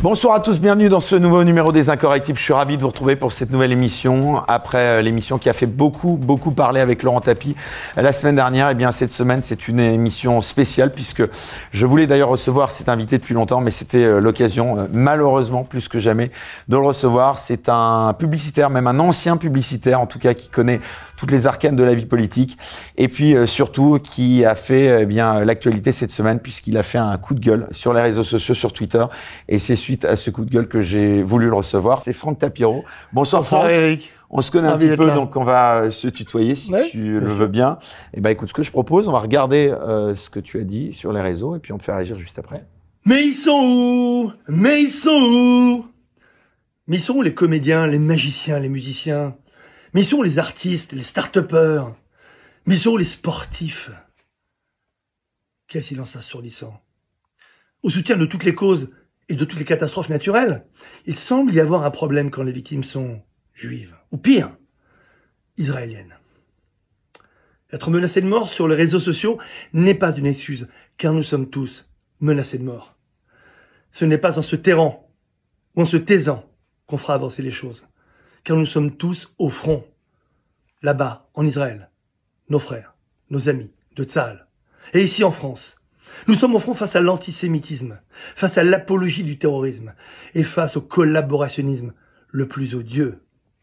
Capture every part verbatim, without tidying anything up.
Bonsoir à tous, bienvenue dans ce nouveau numéro des Incorrectibles. Je suis ravi de vous retrouver pour cette nouvelle émission. Après l'émission qui a fait beaucoup, beaucoup parler avec Laurent Tapie la semaine dernière, eh bien cette semaine, c'est une émission spéciale puisque je voulais d'ailleurs recevoir cet invité depuis longtemps, mais c'était l'occasion, malheureusement, plus que jamais, de le recevoir. C'est un publicitaire, même un ancien publicitaire, en tout cas, qui connaît toutes les arcanes de la vie politique et puis euh, surtout qui a fait eh bien l'actualité cette semaine puisqu'il a fait un coup de gueule sur les réseaux sociaux, sur Twitter, et c'est suite à ce coup de gueule que j'ai voulu le recevoir. C'est Franck Tapiro. Bonsoir, Bonsoir Franck. Eric. On se connaît un petit peu, donc on va se tutoyer si ouais, tu le veux bien. Et ben écoute, ce que je propose, on va regarder euh, ce que tu as dit sur les réseaux et puis on te fait réagir juste après. Mais ils sont où? Mais ils sont où? Mais ils sont où les comédiens, les magiciens, les musiciens? Mais ils sont où les artistes, les start-upers? Mais ils sont où les sportifs? Quel silence assourdissant. Au soutien de toutes les causes et de toutes les catastrophes naturelles, il semble y avoir un problème quand les victimes sont juives, ou pire, israéliennes. Être menacé de mort sur les réseaux sociaux n'est pas une excuse, car nous sommes tous menacés de mort. Ce n'est pas en se tairant ou en se taisant qu'on fera avancer les choses, car nous sommes tous au front, là-bas, en Israël, nos frères, nos amis de Tsahal. Et ici en France, nous sommes au front face à l'antisémitisme, face à l'apologie du terrorisme et face au collaborationnisme le plus odieux.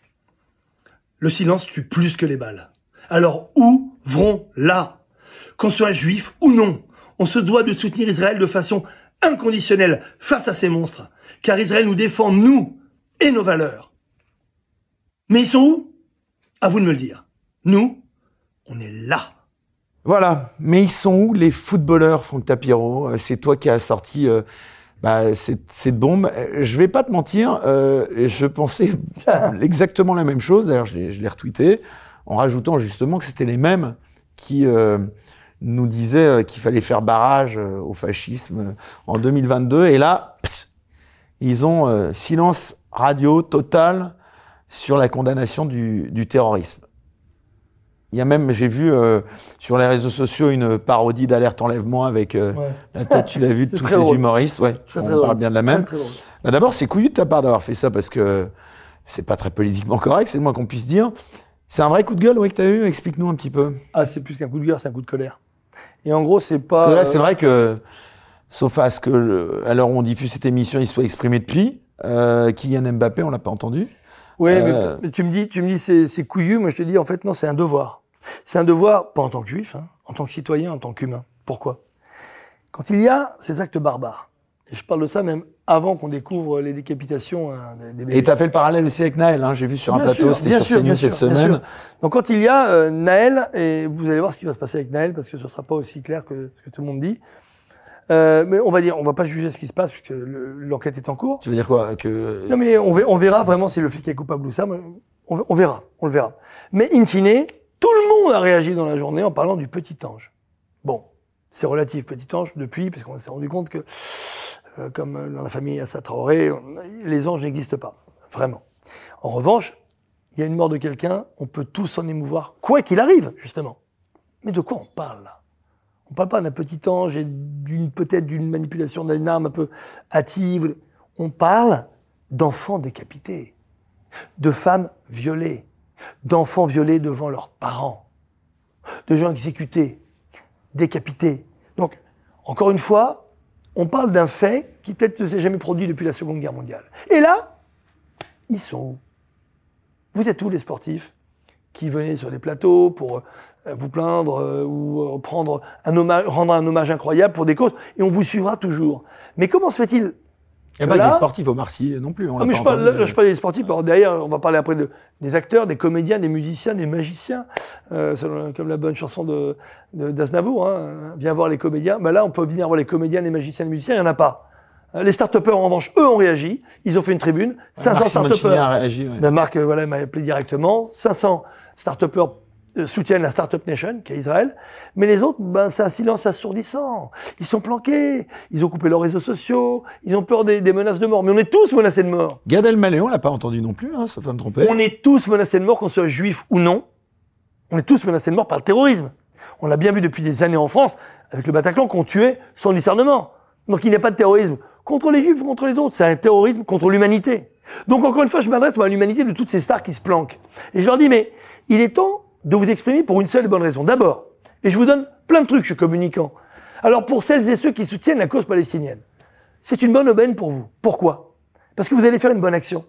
Le silence tue plus que les balles. Alors ouvrons-la. Qu'on soit juif ou non, on se doit de soutenir Israël de façon inconditionnelle face à ces monstres, car Israël nous défend, nous, et nos valeurs. Mais ils sont où? À vous de me le dire. Nous, on est là. Voilà, mais ils sont où les footballeurs, Franck Tapiro? C'est toi qui as sorti euh, bah, cette, cette bombe. Je vais pas te mentir, euh, je pensais exactement la même chose. D'ailleurs, je l'ai, je l'ai retweeté en rajoutant justement que c'était les mêmes qui euh, nous disaient qu'il fallait faire barrage au fascisme en deux mille vingt-deux. Et là, pff, ils ont euh, silence radio total sur la condamnation du, du terrorisme. Il y a même, j'ai vu euh, sur les réseaux sociaux une parodie d'Alerte Enlèvement avec euh, ouais. la tête, tu l'as vu, de tous ces drôle. humoristes. Ouais, très, on très parle drôle. bien de la même. Très, très bah, d'abord, c'est couillu de ta part d'avoir fait ça parce que c'est pas très politiquement correct, c'est le moins qu'on puisse dire. C'est un vrai coup de gueule, oui, que t'as eu. Explique-nous un petit peu. Ah, c'est plus qu'un coup de gueule, c'est un coup de colère. Et en gros, c'est pas. Parce que là, c'est vrai que, sauf à ce que, le, à l'heure où on diffuse cette émission, il soit exprimé depuis, euh, Kylian Mbappé, on l'a pas entendu. Oui, euh... mais, mais tu me dis, tu me dis, c'est, c'est couillu. Moi, je te dis, en fait, non, c'est un devoir. C'est un devoir, pas en tant que juif, hein, en tant que citoyen, en tant qu'humain. Pourquoi? Quand il y a ces actes barbares, et je parle de ça même avant qu'on découvre les décapitations hein, des bébés. Et tu as fait le parallèle aussi avec Naël, hein, j'ai vu sur un bien plateau, sûr, c'était sur CNews cette semaine. Donc quand il y a euh, Naël, et vous allez voir ce qui va se passer avec Naël, parce que ce ne sera pas aussi clair que ce que tout le monde dit, euh, mais on va dire, on va pas juger ce qui se passe, puisque le, l'enquête est en cours. Tu veux dire quoi que... Non mais on, on verra vraiment si le flic est coupable ou ça, on, on verra, on le verra. Mais in fine, tout le monde a réagi dans la journée en parlant du petit ange. Bon, c'est relatif petit ange depuis, parce qu'on s'est rendu compte que, euh, comme dans la famille Assa Traoré, les anges n'existent pas, vraiment. En revanche, il y a une mort de quelqu'un, on peut tous s'en émouvoir, quoi qu'il arrive, justement. Mais de quoi on parle, là? On parle pas d'un petit ange et d'une, peut-être d'une manipulation d'une arme un peu hâtive. On parle d'enfants décapités, de femmes violées, d'enfants violés devant leurs parents, de gens exécutés, décapités. Donc, encore une fois, on parle d'un fait qui peut-être ne s'est jamais produit depuis la Seconde Guerre mondiale. Et là, ils sont où? Vous êtes où les sportifs qui venaient sur les plateaux pour vous plaindre euh, ou prendre un hommage, rendre un hommage incroyable pour des causes, et on vous suivra toujours. Mais comment se fait-il? Il n'y a pas des sportifs au Marseille non plus. On ah mais je, parle, là, je parle des sportifs. Alors derrière, on va parler après de, des acteurs, des comédiens, des musiciens, des magiciens, euh, selon, comme la bonne chanson de, de, d'Aznavour. Hein, viens voir les comédiens. Ben là, on peut venir voir les comédiens, les magiciens, les musiciens. Il n'y en a pas. Les start-upers, en revanche, eux ont réagi. Ils ont fait une tribune. cinq cents start-upers. A réagi, ouais. Ben Marc, voilà, m'a appelé directement. cinq cents start-upers soutiennent la Startup Nation, qui est Israël, mais les autres, ben, c'est un silence assourdissant. Ils sont planqués, ils ont coupé leurs réseaux sociaux, ils ont peur des, des menaces de mort. Mais on est tous menacés de mort. Gad Elmaleh, on l'a pas entendu non plus, hein, sauf à me tromper. On est tous menacés de mort, qu'on soit juif ou non. On est tous menacés de mort par le terrorisme. On l'a bien vu depuis des années en France, avec le Bataclan, qu'on tuait sans discernement. Donc il n'y a pas de terrorisme contre les juifs ou contre les autres. C'est un terrorisme contre l'humanité. Donc encore une fois, je m'adresse à l'humanité de toutes ces stars qui se planquent. Et je leur dis, mais il est temps de vous exprimer pour une seule et bonne raison. D'abord, et je vous donne plein de trucs, je suis communicant. Alors pour celles et ceux qui soutiennent la cause palestinienne, c'est une bonne aubaine pour vous. Pourquoi ? Parce que vous allez faire une bonne action.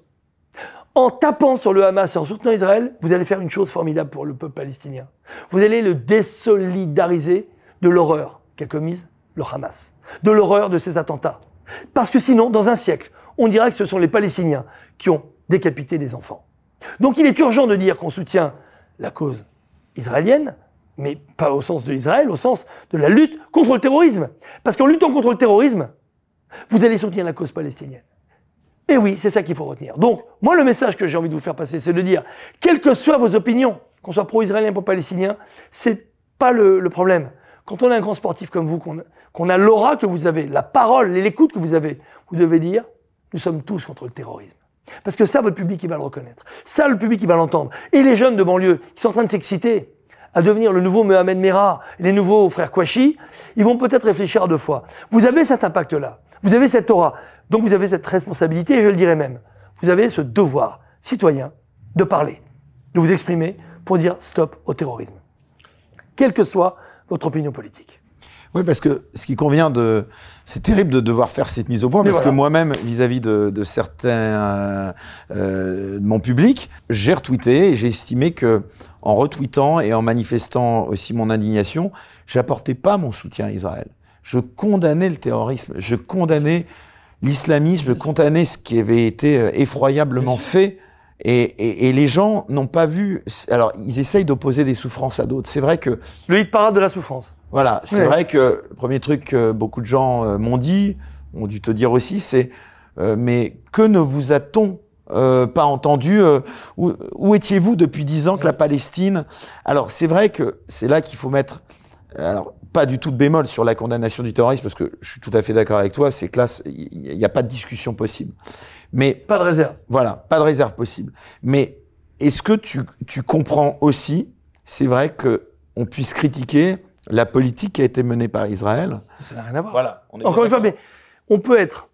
En tapant sur le Hamas et en soutenant Israël, vous allez faire une chose formidable pour le peuple palestinien. Vous allez le désolidariser de l'horreur qu'a commise le Hamas, de l'horreur de ces attentats. Parce que sinon, dans un siècle, on dira que ce sont les Palestiniens qui ont décapité des enfants. Donc il est urgent de dire qu'on soutient la cause israélienne, mais pas au sens de Israël, au sens de la lutte contre le terrorisme. Parce qu'en luttant contre le terrorisme, vous allez soutenir la cause palestinienne. Et oui, c'est ça qu'il faut retenir. Donc, moi, le message que j'ai envie de vous faire passer, c'est de dire, quelles que soient vos opinions, qu'on soit pro-israélien, pro-palestinien, c'est pas le, le problème. Quand on a un grand sportif comme vous, qu'on a, qu'on a l'aura que vous avez, la parole et l'écoute que vous avez, vous devez dire, nous sommes tous contre le terrorisme. Parce que ça, votre public, il va le reconnaître. Ça, le public, il va l'entendre. Et les jeunes de banlieue, qui sont en train de s'exciter à devenir le nouveau Mohamed Merah, les nouveaux frères Kouachi, ils vont peut-être réfléchir à deux fois. Vous avez cet impact-là. Vous avez cette aura. Donc vous avez cette responsabilité, et je le dirais même. Vous avez ce devoir citoyen de parler, de vous exprimer pour dire stop au terrorisme. Quelle que soit votre opinion politique. Oui, parce que ce qui convient de... C'est terrible de devoir faire cette mise au point, mais parce voilà. que moi-même, vis-à-vis de, de certains... Euh, euh, de mon public, j'ai retweeté et j'ai estimé que, en retweetant et en manifestant aussi mon indignation, j'apportais pas mon soutien à Israël. Je condamnais le terrorisme, je condamnais l'islamisme, je condamnais ce qui avait été effroyablement fait. Et, et, et les gens n'ont pas vu... Alors, ils essayent d'opposer des souffrances à d'autres. C'est vrai que... Le hit parade de la souffrance. Voilà, c'est ouais. vrai que le premier truc que beaucoup de gens euh, m'ont dit, ont dû te dire aussi, c'est euh, « Mais que ne vous a-t-on euh, pas entendu euh, Où, où étiez-vous depuis dix ans que la Palestine ?» Alors, c'est vrai que c'est là qu'il faut mettre... Alors, pas du tout de bémol sur la condamnation du terrorisme, parce que je suis tout à fait d'accord avec toi, c'est que là, il n'y a pas de discussion possible. Mais pas de réserve. Voilà, pas de réserve possible. Mais est-ce que tu, tu comprends aussi, c'est vrai que on puisse critiquer la politique qui a été menée par Israël. Ça n'a rien à voir. Voilà. On est Encore une fois, mais on peut être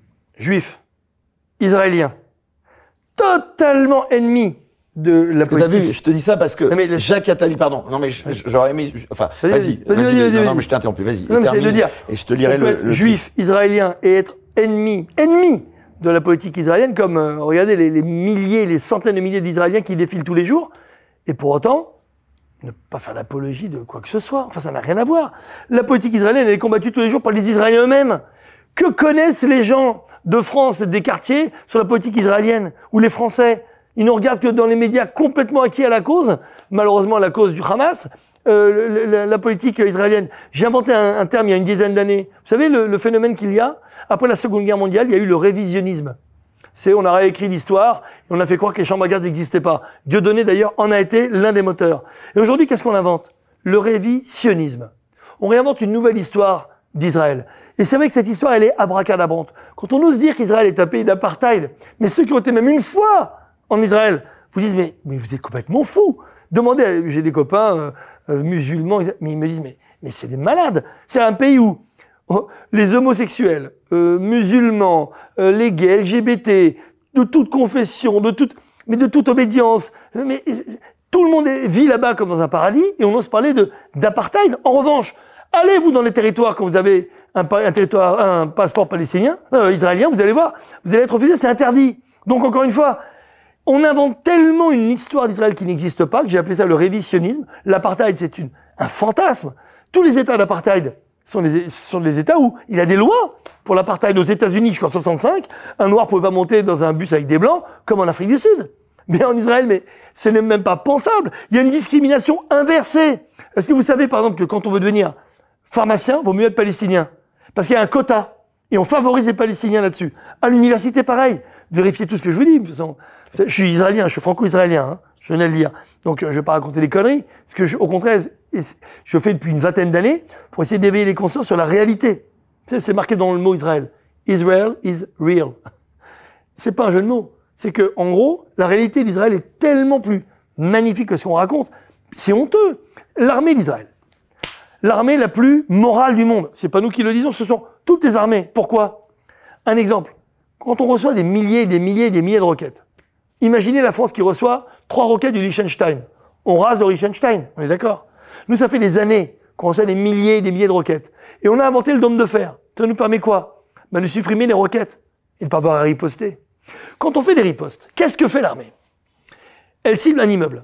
juif, israélien, totalement ennemi de la parce politique. Que t'as vu, je te dis ça parce que non, mais Jacques Attali, pardon. Non mais je, j'aurais aimé. Enfin, vas-y, vas-y, vas-y. vas-y, vas-y, vas-y non, non, mais je t'ai interrompu. Vas-y. Non, mais c'est de dire. Et je te lirai on peut le, être le juif, israélien et être ennemi, ennemi de la politique israélienne, comme euh, regardez les, les milliers, les centaines de milliers d'Israéliens qui défilent tous les jours, et pour autant ne pas faire l'apologie de quoi que ce soit. Enfin, ça n'a rien à voir. La politique israélienne, elle est combattue tous les jours par les Israéliens eux-mêmes. Que connaissent les gens de France et des quartiers sur la politique israélienne, ou les Français? Ils ne regardent que dans les médias complètement acquis à la cause, malheureusement à la cause du Hamas, euh, la, la politique israélienne. J'ai inventé un, un terme il y a une dizaine d'années. Vous savez le, le phénomène qu'il y a? Après la Seconde Guerre mondiale, il y a eu le révisionnisme. C'est, on a réécrit l'histoire et on a fait croire que les chambres à gaz n'existaient pas. Dieudonné, d'ailleurs, en a été l'un des moteurs. Et aujourd'hui, qu'est-ce qu'on invente? Le révisionnisme. On réinvente une nouvelle histoire d'Israël. Et c'est vrai que cette histoire, elle est abracadabrante. Quand on ose dire qu'Israël est un pays d'apartheid, mais ceux qui ont été même une fois en Israël, vous disent, mais, mais vous êtes complètement fous. Demandez, à, j'ai des copains euh, euh, musulmans, mais ils me disent, mais, mais c'est des malades. C'est un pays où oh, les homosexuels, euh, musulmans, euh, les gays, L G B T, de toute confession, de toute, mais de toute obédience, mais tout le monde est, vit là-bas comme dans un paradis, et on ose parler de d'apartheid. En revanche, allez-vous dans les territoires quand vous avez un, un territoire, un passeport palestinien, euh, israélien, vous allez voir, vous allez être refusé, c'est interdit. Donc encore une fois, on invente tellement une histoire d'Israël qui n'existe pas, que j'ai appelé ça le révisionnisme. L'apartheid, c'est une, un fantasme. Tous les États d'apartheid sont des, sont des États où il y a des lois. Pour l'apartheid aux États-Unis jusqu'en soixante-cinq, un noir pouvait pas monter dans un bus avec des blancs, comme en Afrique du Sud. Mais en Israël, mais ce n'est même pas pensable. Il y a une discrimination inversée. Est-ce que vous savez, par exemple, que quand on veut devenir pharmacien, vaut mieux être palestinien? Parce qu'il y a un quota. Et on favorise les Palestiniens là-dessus. À l'université, pareil. Vérifiez tout ce que je vous dis. Je suis israélien, je suis franco-israélien, hein, je venais de le dire. Donc, je ne vais pas raconter des conneries. Parce que, je, au contraire, je fais depuis une vingtaine d'années pour essayer d'éveiller les consciences sur la réalité. Tu sais, c'est marqué dans le mot Israël. Israel is real. C'est pas un jeu de mots. C'est que, en gros, la réalité d'Israël est tellement plus magnifique que ce qu'on raconte. C'est honteux. L'armée d'Israël. L'armée la plus morale du monde. C'est pas nous qui le disons, ce sont toutes les armées. Pourquoi? Un exemple. Quand on reçoit des milliers, des milliers, des milliers de roquettes, imaginez la France qui reçoit trois roquettes du Liechtenstein. On rase le Liechtenstein, on est d'accord. Nous, ça fait des années qu'on reçoit des milliers et des milliers de roquettes. Et on a inventé le dôme de fer. Ça nous permet quoi? Ben, de supprimer les roquettes et de ne pas avoir à riposter. Quand on fait des ripostes, qu'est-ce que fait l'armée? Elle cible un immeuble.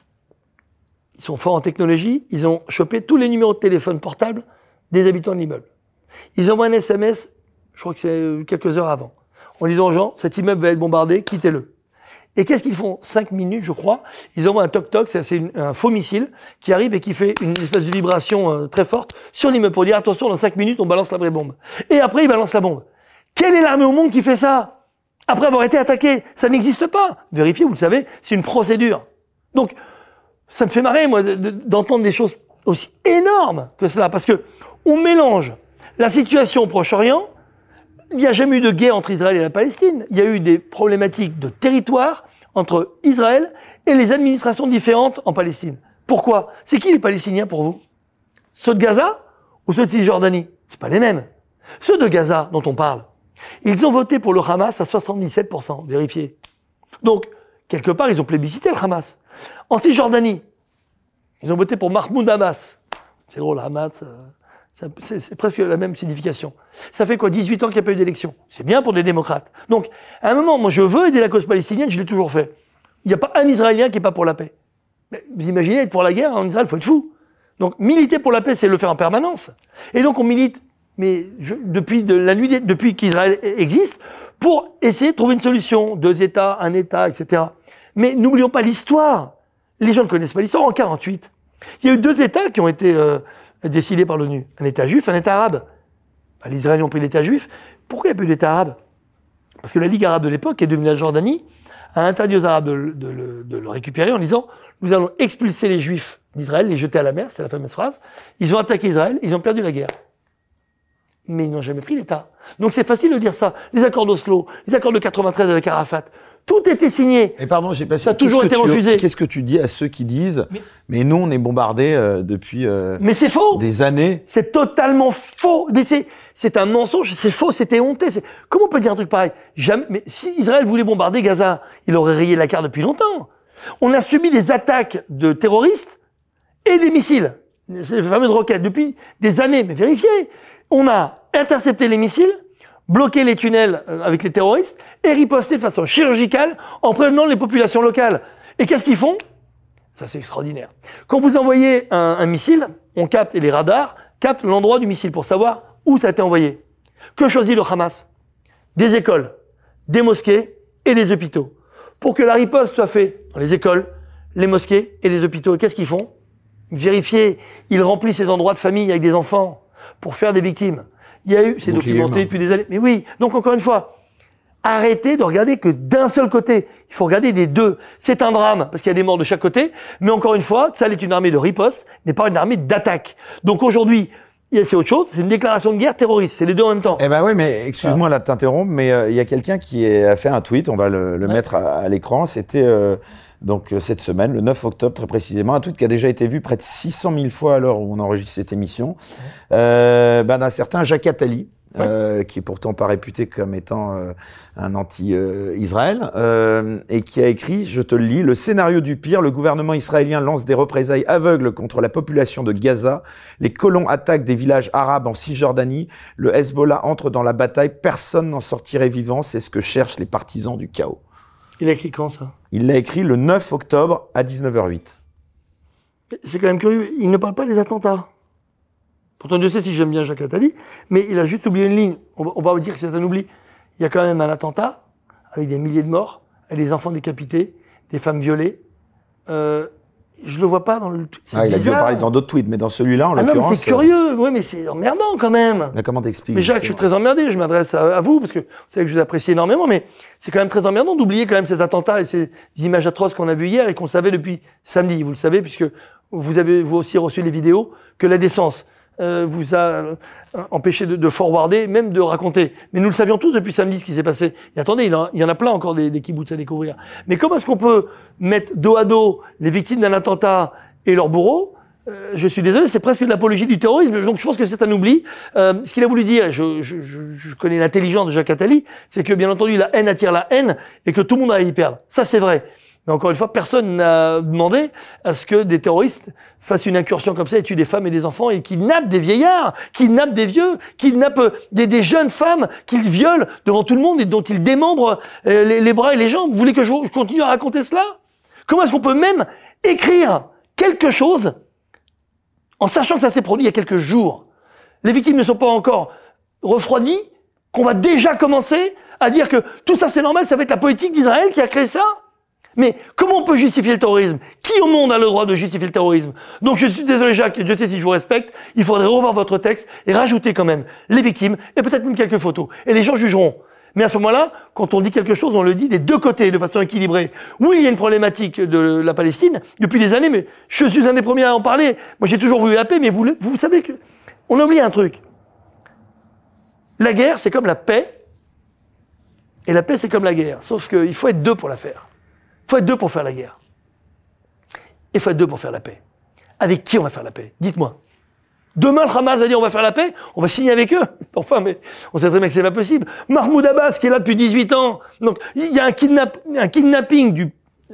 Ils sont forts en technologie, ils ont chopé tous les numéros de téléphone portable des habitants de l'immeuble. Ils envoient un S M S, je crois que c'est quelques heures avant, en disant aux gens, cet immeuble va être bombardé, quittez-le. Et qu'est-ce qu'ils font? Cinq minutes, je crois, ils envoient un toc-toc, c'est une, un faux missile qui arrive et qui fait une espèce de vibration euh, très forte sur l'immeuble pour dire, attention, dans cinq minutes, on balance la vraie bombe. Et après, ils balancent la bombe. Quelle est l'armée au monde qui fait ça? Après avoir été attaqué, ça n'existe pas. Vérifiez, vous le savez, c'est une procédure. Donc, ça me fait marrer, moi, d'entendre des choses aussi énormes que cela, parce que on mélange la situation au Proche-Orient. Il n'y a jamais eu de guerre entre Israël et la Palestine. Il y a eu des problématiques de territoire entre Israël et les administrations différentes en Palestine. Pourquoi? C'est qui les Palestiniens pour vous? Ceux de Gaza ou ceux de Cisjordanie? C'est pas les mêmes. Ceux de Gaza dont on parle, ils ont voté pour le Hamas à soixante-dix-sept pour cent, vérifiez. Donc, quelque part, ils ont plébiscité le Hamas. En Cisjordanie, ils ont voté pour Mahmoud Abbas. C'est drôle, Hamas, euh, c'est, c'est presque la même signification. Ça fait quoi, dix-huit ans qu'il n'y a pas eu d'élection? C'est bien pour des démocrates. Donc, à un moment, moi, je veux aider la cause palestinienne, je l'ai toujours fait. Il n'y a pas un Israélien qui n'est pas pour la paix. Mais vous imaginez, être pour la guerre en Israël, il faut être fou. Donc, militer pour la paix, c'est le faire en permanence. Et donc, on milite, mais je, depuis de la nuit, depuis qu'Israël existe, pour essayer de trouver une solution. Deux États, un État, et cetera. Mais n'oublions pas l'histoire. Les gens ne connaissent pas l'histoire. En quarante-huit, il y a eu deux États qui ont été euh, décidés par l'ONU. Un État juif, un État arabe. Ben, les Israéliens ont pris l'État juif. Pourquoi il n'y a pas eu d'État arabe? Parce que la Ligue arabe de l'époque, qui est devenue la Jordanie, a interdit aux Arabes de, de, de, de le récupérer en disant « Nous allons expulser les Juifs d'Israël, les jeter à la mer », c'est la fameuse phrase. Ils ont attaqué Israël, ils ont perdu la guerre. Mais ils n'ont jamais pris l'État. Donc c'est facile de dire ça. Les accords d'Oslo, les accords de quatre-vingt-treize avec Arafat, tout était signé. Et pardon, j'ai pas ça a toujours été tu, refusé. Qu'est-ce que tu dis à ceux qui disent mais, mais nous on est bombardés euh, depuis euh, mais c'est faux. des années. C'est totalement faux. Mais c'est c'est un mensonge, c'est faux, c'était honté. C'est... Comment on peut dire un truc pareil? Jamais. Mais si Israël voulait bombarder Gaza, il aurait rayé la carte depuis longtemps. On a subi des attaques de terroristes et des missiles, ces fameuses roquettes, depuis des années. Mais vérifiez, on a intercepté les missiles, bloqué les tunnels avec les terroristes et riposté de façon chirurgicale en prévenant les populations locales. Et qu'est-ce qu'ils font? Ça, c'est extraordinaire. Quand vous envoyez un, un missile, on capte, et les radars captent l'endroit du missile pour savoir où ça a été envoyé. Que choisit le Hamas? Des écoles, des mosquées et des hôpitaux. Pour que la riposte soit faite dans les écoles, les mosquées et les hôpitaux. Et qu'est-ce qu'ils font? Vérifier, ils remplissent ces endroits de famille avec des enfants pour faire des victimes. Il y a eu, c'est documenté depuis des années. Mais oui, donc encore une fois, arrêtez de regarder que d'un seul côté. Il faut regarder des deux. C'est un drame, parce qu'il y a des morts de chaque côté. Mais encore une fois, ça est une armée de riposte, n'est pas une armée d'attaque. Donc aujourd'hui, c'est autre chose, c'est une déclaration de guerre terroriste, c'est les deux en même temps. Eh ben oui, mais excuse-moi là de t'interrompre, mais il euh, y a quelqu'un qui a fait un tweet, on va le, le ouais. mettre à, à l'écran, c'était euh, donc cette semaine, le neuf octobre très précisément, un tweet qui a déjà été vu près de six cent mille fois à l'heure où on enregistre cette émission, ouais. euh, ben, d'un certain Jacques Attali. Ouais. Euh, qui est pourtant pas réputé comme étant euh, un anti-Israël, euh, et qui a écrit, je te le lis, « Le scénario du pire, le gouvernement israélien lance des représailles aveugles contre la population de Gaza, les colons attaquent des villages arabes en Cisjordanie, le Hezbollah entre dans la bataille, personne n'en sortirait vivant, c'est ce que cherchent les partisans du chaos. » Il a écrit quand, ça? Il l'a écrit le neuf octobre à dix-neuf heures huit. C'est quand même curieux, il ne parle pas des attentats. Pourtant, Dieu sait si j'aime bien Jacques Attali, mais il a juste oublié une ligne. On va, on va dire que c'est un oubli. Il y a quand même un attentat, avec des milliers de morts, avec des enfants décapités, des femmes violées. Euh, je le vois pas dans le tweet. Ah, il a dû en parler dans d'autres tweets, mais dans celui-là, en ah l'occurrence... non, mais c'est curieux. Oui, mais c'est emmerdant quand même. Mais comment t'expliques? Mais Jacques, je suis très emmerdé. Je m'adresse à, à vous, parce que vous savez que je vous apprécie énormément, mais c'est quand même très emmerdant d'oublier quand même ces attentats et ces images atroces qu'on a vues hier et qu'on savait depuis samedi. Vous le savez, puisque vous avez vous aussi reçu les vidéos, que la décence Euh, vous a euh, empêché de, de forwarder, même de raconter. Mais nous le savions tous depuis samedi ce qui s'est passé. Et attendez, il, en, il y en a plein encore des, des kibboutz à découvrir. Mais comment est-ce qu'on peut mettre dos à dos les victimes d'un attentat et leurs bourreaux, euh, je suis désolé, c'est presque de l'apologie du terrorisme. Donc je pense que c'est un oubli. Euh, ce qu'il a voulu dire, je, je, je, je connais l'intelligence de Jacques Attali, c'est que bien entendu la haine attire la haine et que tout le monde va y perdre. Ça c'est vrai. Mais encore une fois, personne n'a demandé à ce que des terroristes fassent une incursion comme ça et tuent des femmes et des enfants et kidnappent des vieillards, kidnappent des vieux, kidnappent des, des jeunes femmes qu'ils violent devant tout le monde et dont ils démembrent euh, les, les bras et les jambes. Vous voulez que je, je continue à raconter cela? Comment est-ce qu'on peut même écrire quelque chose en sachant que ça s'est produit il y a quelques jours? Les victimes ne sont pas encore refroidies, qu'on va déjà commencer à dire que tout ça c'est normal, ça va être la politique d'Israël qui a créé ça? Mais comment on peut justifier le terrorisme? Qui au monde a le droit de justifier le terrorisme? Donc je suis désolé Jacques, et Dieu sait si je vous respecte, il faudrait revoir votre texte et rajouter quand même les victimes et peut-être même quelques photos. Et les gens jugeront. Mais à ce moment-là, quand on dit quelque chose, on le dit des deux côtés, de façon équilibrée. Oui, il y a une problématique de la Palestine depuis des années, mais je suis un des premiers à en parler. Moi, j'ai toujours voulu la paix, mais vous, vous savez que on a oublié un truc. La guerre, c'est comme la paix, et la paix, c'est comme la guerre. Sauf qu'il faut être deux pour la faire. Il faut être deux pour faire la guerre. Et il faut être deux pour faire la paix. Avec qui on va faire la paix? Dites-moi. Demain, le Hamas va dire on va faire la paix, on va signer avec eux. Enfin, mais on sait très bien que c'est pas possible. Mahmoud Abbas, qui est là depuis dix-huit ans, donc il y a un, kidnap, un kidnapping du,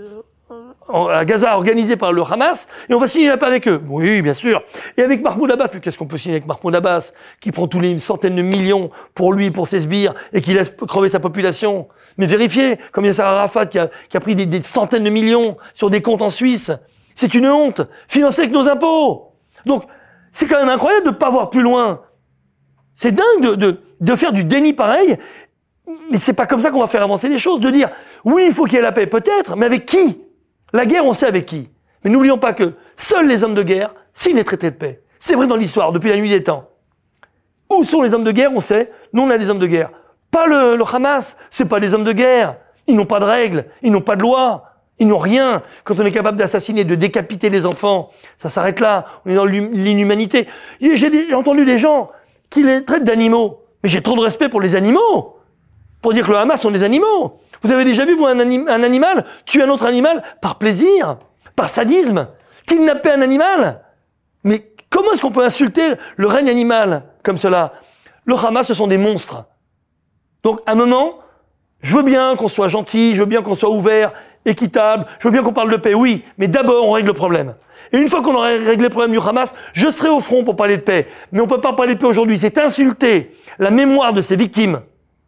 euh, à Gaza organisé par le Hamas, et on va signer la paix avec eux. Oui, bien sûr. Et avec Mahmoud Abbas, mais qu'est-ce qu'on peut signer avec Mahmoud Abbas, qui prend tous les centaines de millions pour lui, pour ses sbires, et qui laisse crever sa population? Mais vérifiez, comme Yasser Arafat qui a, qui a pris des, des centaines de millions sur des comptes en Suisse. C'est une honte, financé avec nos impôts. Donc, c'est quand même incroyable de ne pas voir plus loin. C'est dingue de, de, de faire du déni pareil, mais c'est pas comme ça qu'on va faire avancer les choses. De dire, oui, il faut qu'il y ait la paix, peut-être, mais avec qui? La guerre, on sait avec qui. Mais n'oublions pas que seuls les hommes de guerre signent les traités de paix. C'est vrai dans l'histoire, depuis la nuit des temps. Où sont les hommes de guerre? On sait, nous on a des hommes de guerre. Pas le, le Hamas, c'est pas des hommes de guerre. Ils n'ont pas de règles, ils n'ont pas de loi. Ils n'ont rien. Quand on est capable d'assassiner, de décapiter les enfants, ça s'arrête là. On est dans l'inhumanité. J'ai entendu des gens qui les traitent d'animaux. Mais j'ai trop de respect pour les animaux. Pour dire que le Hamas sont des animaux. Vous avez déjà vu, vous, un, anim, un animal tuer un autre animal par plaisir, par sadisme, kidnapper un animal? Mais comment est-ce qu'on peut insulter le règne animal comme cela? Le Hamas, ce sont des monstres. Donc, à un moment, je veux bien qu'on soit gentil, je veux bien qu'on soit ouvert, équitable, je veux bien qu'on parle de paix, oui, mais d'abord on règle le problème. Et une fois qu'on aura réglé le problème du Hamas, je serai au front pour parler de paix. Mais on peut pas parler de paix aujourd'hui, c'est insulter la mémoire de ces victimes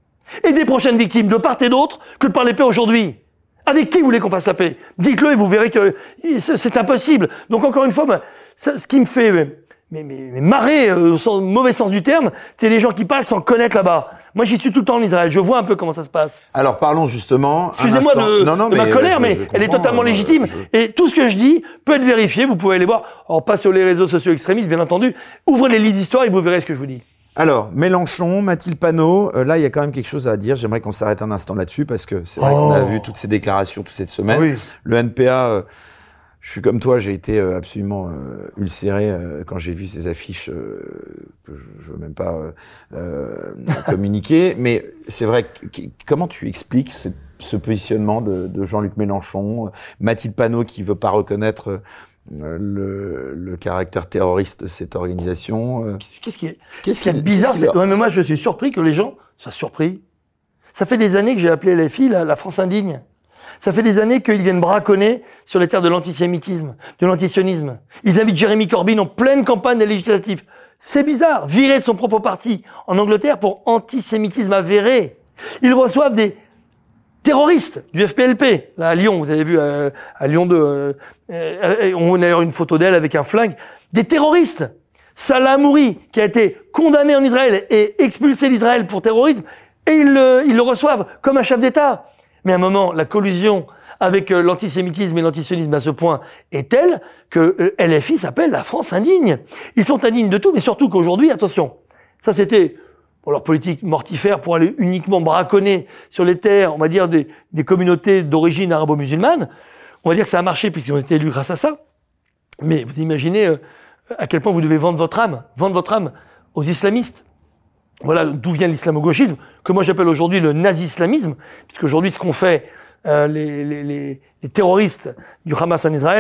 et des prochaines victimes de part et d'autre que de parler de paix aujourd'hui. Avec qui vous voulez qu'on fasse la paix? Dites-le et vous verrez que c'est impossible. Donc encore une fois, ben, ça, ce qui me fait mais, mais, mais marrer, euh, au mauvais sens du terme, c'est les gens qui parlent sans connaître là-bas. Moi, j'y suis tout le temps en Israël. Je vois un peu comment ça se passe. Alors, parlons justement. Excusez-moi de, non, non, de ma colère, je, mais je elle est totalement légitime. Je... Et tout ce que je dis peut être vérifié. Vous pouvez aller voir. Alors, pas sur les réseaux sociaux extrémistes, bien entendu. Ouvrez les livres d'histoire et vous verrez ce que je vous dis. Alors, Mélenchon, Mathilde Panot, euh, là, il y a quand même quelque chose à dire. J'aimerais qu'on s'arrête un instant là-dessus parce que c'est vrai oh. qu'on a vu toutes ces déclarations toute cette semaine. Oui. Le N P A. Euh, Je suis comme toi, j'ai été euh, absolument euh, ulcéré euh, quand j'ai vu ces affiches euh, que je ne veux même pas euh, euh, communiquer. Mais c'est vrai, que, comment tu expliques ce, ce positionnement de, de Jean-Luc Mélenchon, Mathilde Panot qui ne veut pas reconnaître euh, le, le caractère terroriste de cette organisation euh, Qu'est-ce qui est, qu'est-ce qui est bizarre qu'est-ce c'est... Ouais, mais moi, je suis surpris que les gens soient surpris. Ça fait des années que j'ai appelé L F I la, la France indigne. Ça fait des années qu'ils viennent braconner sur les terres de l'antisémitisme, de l'antisionisme. Ils invitent Jérémy Corbyn en pleine campagne législative. C'est bizarre, viré de son propre parti en Angleterre pour antisémitisme avéré. Ils reçoivent des terroristes du F P L P, là à Lyon, vous avez vu euh, à Lyon deux, euh, euh, on a d'ailleurs une photo d'elle avec un flingue. Des terroristes. Salah Hamouri, qui a été condamné en Israël et expulsé d'Israël pour terrorisme, et ils le, ils le reçoivent comme un chef d'État. Mais à un moment, la collusion avec euh, l'antisémitisme et l'antisionisme à ce point est telle que euh, L F I s'appelle la France indigne. Ils sont indignes de tout, mais surtout qu'aujourd'hui, attention, ça c'était pour leur politique mortifère pour aller uniquement braconner sur les terres, on va dire, des, des communautés d'origine arabo-musulmane. On va dire que ça a marché puisqu'ils ont été élus grâce à ça. Mais vous imaginez euh, à quel point vous devez vendre votre âme, vendre votre âme aux islamistes. Voilà d'où vient l'islamo-gauchisme, que moi j'appelle aujourd'hui le nazi-islamisme, puisque aujourd'hui ce qu'ont fait euh, les, les, les, les terroristes du Hamas en Israël,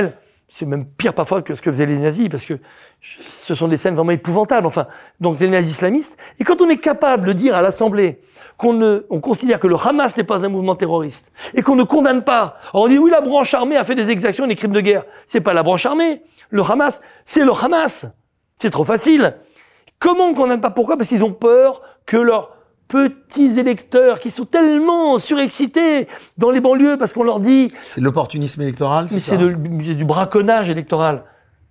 c'est même pire parfois que ce que faisaient les nazis, parce que ce sont des scènes vraiment épouvantables, enfin, donc les nazis islamistes. Et quand on est capable de dire à l'Assemblée qu'on ne, on considère que le Hamas n'est pas un mouvement terroriste, et qu'on ne condamne pas, alors on dit oui, la branche armée a fait des exactions et des crimes de guerre. C'est pas la branche armée. Le Hamas, c'est le Hamas. C'est trop facile. Comment on ne condamne pas? Pourquoi? Parce qu'ils ont peur que leurs petits électeurs, qui sont tellement surexcités dans les banlieues, parce qu'on leur dit... C'est de l'opportunisme électoral, c'est mais ça? c'est de, du braconnage électoral.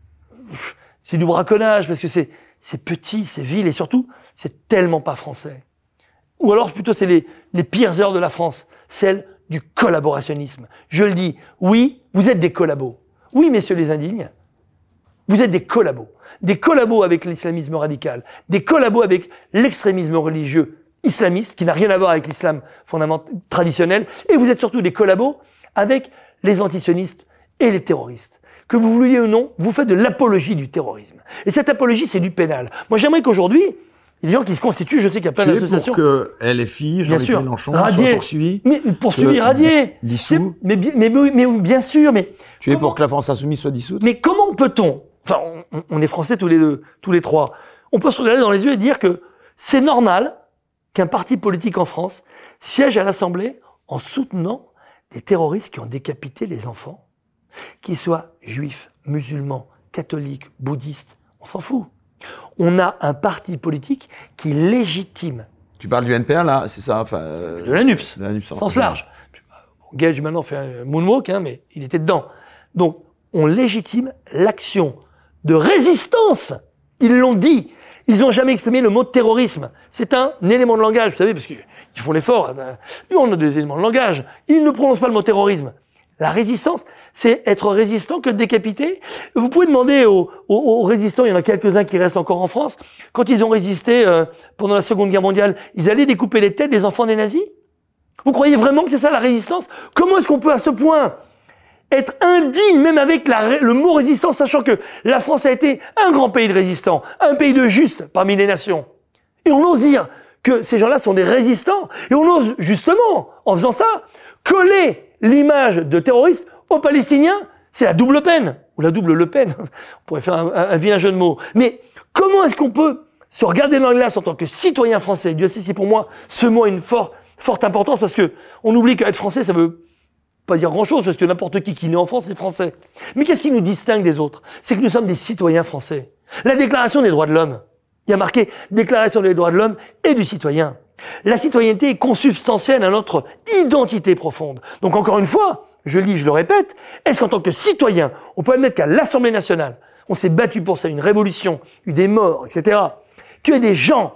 C'est du braconnage, parce que c'est, c'est petit, c'est vil, et surtout, c'est tellement pas français. Ou alors, plutôt, c'est les, les pires heures de la France, celles du collaborationnisme. Je le dis, oui, vous êtes des collabos. Oui, messieurs les indignes, vous êtes des collabos. Des collabos avec l'islamisme radical, des collabos avec l'extrémisme religieux islamiste, qui n'a rien à voir avec l'islam fondamental, traditionnel, et vous êtes surtout des collabos avec les antisionistes et les terroristes. Que vous vouliez ou non, vous faites de l'apologie du terrorisme. Et cette apologie, c'est du pénal. Moi, j'aimerais qu'aujourd'hui, il y ait des gens qui se constituent, je sais qu'il y a plein tu d'associations. Tu es pour que L F I, Jean-Luc Mélenchon, radié, soient poursuivis? Mais poursuivis, radiés. Dissous? Mais, mais, mais, mais bien sûr, mais... Tu es pour que la France Insoumise soit dissoute? Mais comment peut-on, enfin, on, on est français tous les deux, tous les trois, on peut se regarder dans les yeux et dire que c'est normal qu'un parti politique en France siège à l'Assemblée en soutenant des terroristes qui ont décapité les enfants, qu'ils soient juifs, musulmans, catholiques, bouddhistes, on s'en fout. On a un parti politique qui légitime. Tu parles du N P A, là, c'est ça, enfin, euh, de la NUPS, de la NUPS, sens large. Gage maintenant fait un moonwalk, hein, mais il était dedans. Donc, on légitime l'action de résistance. Ils l'ont dit. Ils n'ont jamais exprimé le mot terrorisme. C'est un élément de langage, vous savez, parce qu'ils font l'effort. On a des éléments de langage. Ils ne prononcent pas le mot terrorisme. La résistance, c'est être résistant que de décapiter. Vous pouvez demander aux, aux, aux résistants, il y en a quelques-uns qui restent encore en France, quand ils ont résisté euh, pendant la Seconde Guerre mondiale, ils allaient découper les têtes des enfants des nazis? Vous croyez vraiment que c'est ça la résistance? Comment est-ce qu'on peut à ce point être indigne, même avec la, le mot résistance, sachant que la France a été un grand pays de résistants, un pays de juste parmi les nations. Et on ose dire que ces gens-là sont des résistants. Et on ose, justement, en faisant ça, coller l'image de terroriste aux Palestiniens. C'est la double peine, ou la double Le Pen. On pourrait faire un, un, un vilain jeu de mots. Mais comment est-ce qu'on peut se regarder dans la glace en tant que citoyen français? Dieu sait si pour moi, ce mot a une forte, forte importance, parce que on oublie qu'être français, ça veut pas dire grand-chose, parce que n'importe qui qui naît en France est français. Mais qu'est-ce qui nous distingue des autres? C'est que nous sommes des citoyens français. La Déclaration des droits de l'homme, il y a marqué Déclaration des droits de l'homme et du citoyen. La citoyenneté est consubstantielle à notre identité profonde. Donc encore une fois, je lis, je le répète, est-ce qu'en tant que citoyen, on peut admettre qu'à l'Assemblée nationale, on s'est battu pour ça, une révolution, eu des morts, et cetera, que des gens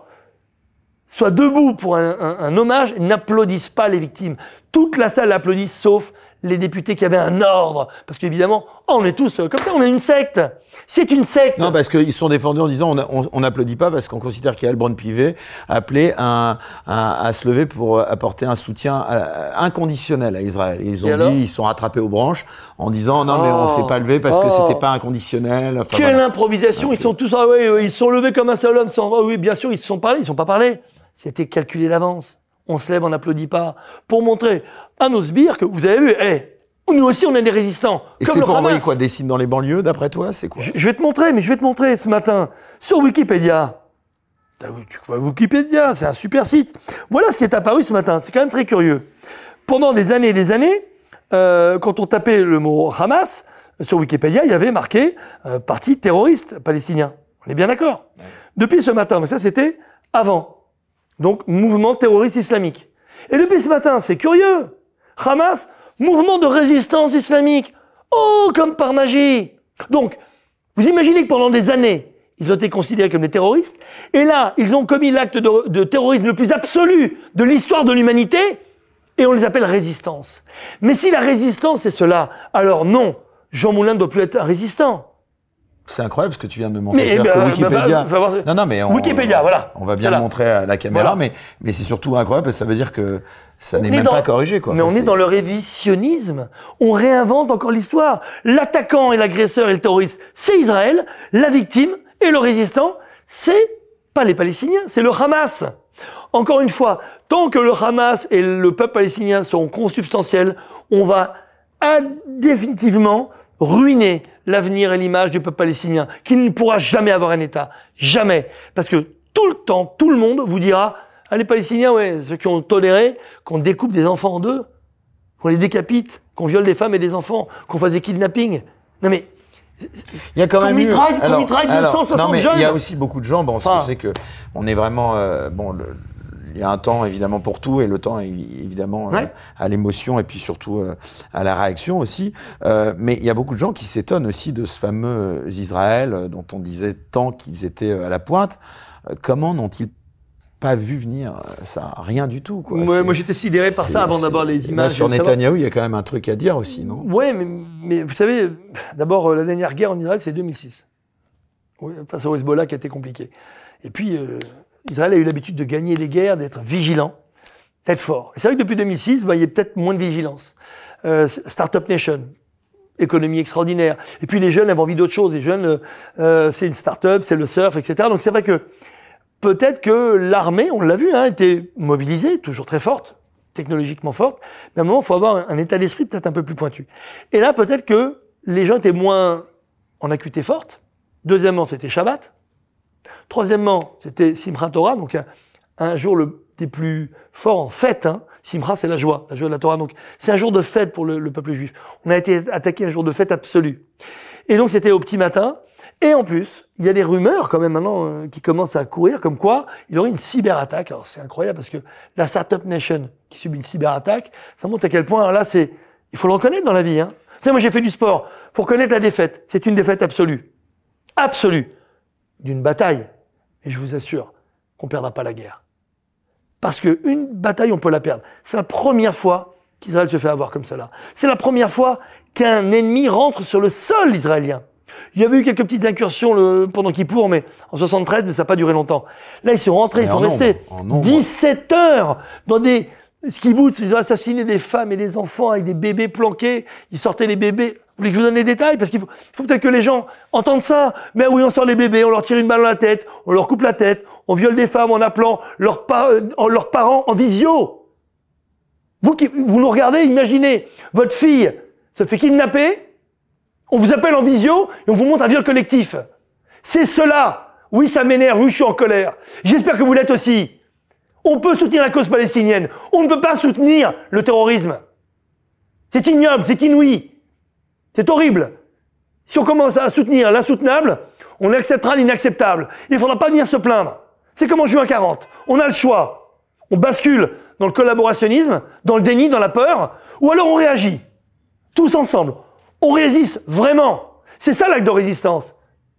soient debout pour un, un, un hommage, n'applaudissent pas les victimes. Toute la salle applaudit, sauf les députés qui avaient un ordre. Parce qu'évidemment, oh, on est tous comme ça, on est une secte. C'est une secte. Non, parce qu'ils se sont défendus en disant on n'applaudit pas parce qu'on considère qu'Yael Braun-Pivet a appelé un, un, à se lever pour apporter un soutien inconditionnel à Israël. Et ils ont Et dit, ils sont rattrapés aux branches en disant non, oh, mais on s'est pas levé parce oh, que c'était pas inconditionnel. Enfin, quelle voilà. improvisation. Donc, ils sont tous, ah oui, ils sont levés comme un seul homme. Sans, ah oui, bien sûr, ils se sont parlé, ils ne sont pas parlé. C'était calculé d'avance. On se lève, on n'applaudit pas. Pour montrer à nos sbires que vous avez vu, hey, nous aussi on est des résistants. Et c'est pour envoyer quoi? Des signes dans les banlieues, d'après toi? C'est quoi? je, je vais te montrer, mais je vais te montrer ce matin sur Wikipédia. Tu vois Wikipédia, c'est un super site. Voilà ce qui est apparu ce matin. C'est quand même très curieux. Pendant des années et des années, euh, quand on tapait le mot Hamas sur Wikipédia, il y avait marqué euh, parti terroriste palestinien. On est bien d'accord? Ouais. Depuis ce matin, mais ça c'était avant. Donc, mouvement terroriste islamique. Et depuis ce matin, c'est curieux. Hamas, mouvement de résistance islamique. Oh, comme par magie. Donc, vous imaginez que pendant des années, ils ont été considérés comme des terroristes. Et là, ils ont commis l'acte de, de terrorisme le plus absolu de l'histoire de l'humanité. Et on les appelle résistance. Mais si la résistance est cela, alors non, Jean Moulin ne doit plus être un résistant. C'est incroyable ce que tu viens de me montrer. Mais, bah, que Wikipédia. Bah, va, va voir... Non, non, mais on, Wikipédia, voilà. On va bien le montrer à la caméra, voilà. mais, mais c'est surtout incroyable parce que ça veut dire que ça n'est même dans... pas corrigé, quoi. Mais enfin, on est dans le révisionnisme. On réinvente encore l'histoire. L'attaquant et l'agresseur et le terroriste, c'est Israël. La victime et le résistant, c'est pas les Palestiniens, c'est le Hamas. Encore une fois, tant que le Hamas et le peuple palestinien sont consubstantiels, on va définitivement ruiner l'avenir et l'image du peuple palestinien, qui ne pourra jamais avoir un État. Jamais. Parce que tout le temps, tout le monde vous dira, ah, les Palestiniens, ouais, ceux qui ont toléré qu'on découpe des enfants en deux, qu'on les décapite, qu'on viole des femmes et des enfants, qu'on fasse des kidnappings. Non mais, il y a quand qu'on même eu, mitraille, qu'on alors, mitraille alors, deux cent soixante non, mais jeunes. il y a aussi beaucoup de gens, bon, Enfin, je sais que on est vraiment, euh, bon, le, il y a un temps évidemment pour tout et le temps évidemment ouais. euh, à l'émotion et puis surtout euh, à la réaction aussi. Euh, mais il y a beaucoup de gens qui s'étonnent aussi de ce fameux Israël euh, dont on disait tant qu'ils étaient à la pointe. Euh, comment n'ont-ils pas vu venir ça? Rien du tout, quoi. Ouais, moi j'étais sidéré par ça avant d'avoir les images. Là, sur Netanyahou, il y a quand même un truc à dire aussi, non? Ouais, mais, mais vous savez, d'abord la dernière guerre en Israël, c'est deux mille six. Oui, face au Hezbollah qui a été compliqué. Et puis, euh, Israël a eu l'habitude de gagner les guerres, d'être vigilant, d'être fort. Et c'est vrai que depuis deux mille six, bah, il y a peut-être moins de vigilance. Euh, Startup Nation, économie extraordinaire. Et puis les jeunes avaient envie d'autre chose. Les jeunes, euh, c'est une start-up, c'est le surf, et cetera. Donc c'est vrai que peut-être que l'armée, on l'a vu, hein, était mobilisée, toujours très forte, technologiquement forte. Mais à un moment, il faut avoir un état d'esprit peut-être un peu plus pointu. Et là, peut-être que les gens étaient moins en acuité forte. Deuxièmement, c'était Shabbat. Troisièmement, c'était Simchat Torah, donc un, un jour le, des plus forts en fête. Hein. Simcha, c'est la joie, la joie de la Torah. Donc, c'est un jour de fête pour le, le peuple juif. On a été attaqué un jour de fête absolu. Et donc, c'était au petit matin. Et en plus, il y a des rumeurs quand même maintenant euh, qui commencent à courir, comme quoi il y aurait une cyberattaque. Alors, c'est incroyable parce que la Startup Nation qui subit une cyberattaque, ça montre à quel point, alors là, c'est, il faut le reconnaître dans la vie. Hein. Vous savez, moi, j'ai fait du sport. Il faut reconnaître la défaite. C'est une défaite absolue. Absolue. D'une bataille. Et je vous assure qu'on ne perdra pas la guerre. Parce qu'une bataille, on peut la perdre. C'est la première fois qu'Israël se fait avoir comme cela. C'est la première fois qu'un ennemi rentre sur le sol israélien. Il y avait eu quelques petites incursions le, pendant Kippour, mais en soixante-treize, mais ça n'a pas duré longtemps. Là, ils sont rentrés, mais ils sont restés dix-sept heures dans des skibbutz. Ils ont assassiné des femmes et des enfants avec des bébés planqués. Ils sortaient les bébés. Vous voulez que je vous donne les détails? Parce qu'il faut, faut peut-être que les gens entendent ça. Mais oui, on sort les bébés, on leur tire une balle dans la tête, on leur coupe la tête, on viole des femmes en appelant leurs, pa- leurs parents en visio. Vous qui, vous nous regardez, imaginez, votre fille se fait kidnapper, on vous appelle en visio et on vous montre un viol collectif. C'est cela. Oui, ça m'énerve, oui, je suis en colère. J'espère que vous l'êtes aussi. On peut soutenir la cause palestinienne. On ne peut pas soutenir le terrorisme. C'est ignoble, c'est inouï. C'est horrible. Si on commence à soutenir l'insoutenable, on acceptera l'inacceptable. Il ne faudra pas venir se plaindre. C'est comme en juin quarante. On a le choix. On bascule dans le collaborationnisme, dans le déni, dans la peur, ou alors on réagit. Tous ensemble. On résiste vraiment. C'est ça l'acte de résistance.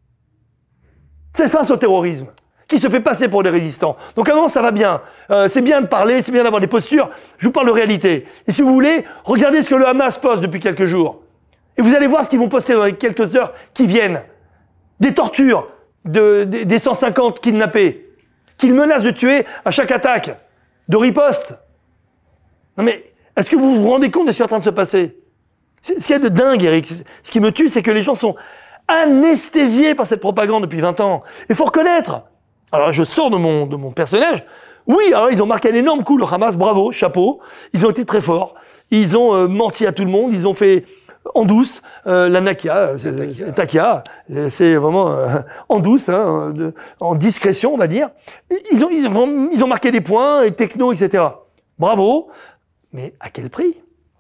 C'est face au terrorisme, qui se fait passer pour des résistants. Donc à un moment, ça va bien. Euh, c'est bien de parler, c'est bien d'avoir des postures. Je vous parle de réalité. Et si vous voulez, regardez ce que le Hamas poste depuis quelques jours. Et vous allez voir ce qu'ils vont poster dans les quelques heures qui viennent. Des tortures, de, de, des cent cinquante kidnappés, qu'ils menacent de tuer à chaque attaque, de riposte. Non mais, est-ce que vous vous rendez compte de ce qui est en train de se passer? Ce qu'il y a de dingue, Eric, ce qui me tue, c'est que les gens sont anesthésiés par cette propagande depuis vingt ans. Il faut reconnaître. Alors, je sors de mon, de mon personnage. Oui, alors ils ont marqué un énorme coup, le Hamas, bravo, chapeau. Ils ont été très forts. Ils ont euh, menti à tout le monde. Ils ont fait en douce euh, la Nakia, c'est, Takia. C'est vraiment euh, en douce, hein, de, en discrétion, on va dire. Ils ont, ils ont, ils ont marqué des points, et techno, et cetera. Bravo. Mais à quel prix?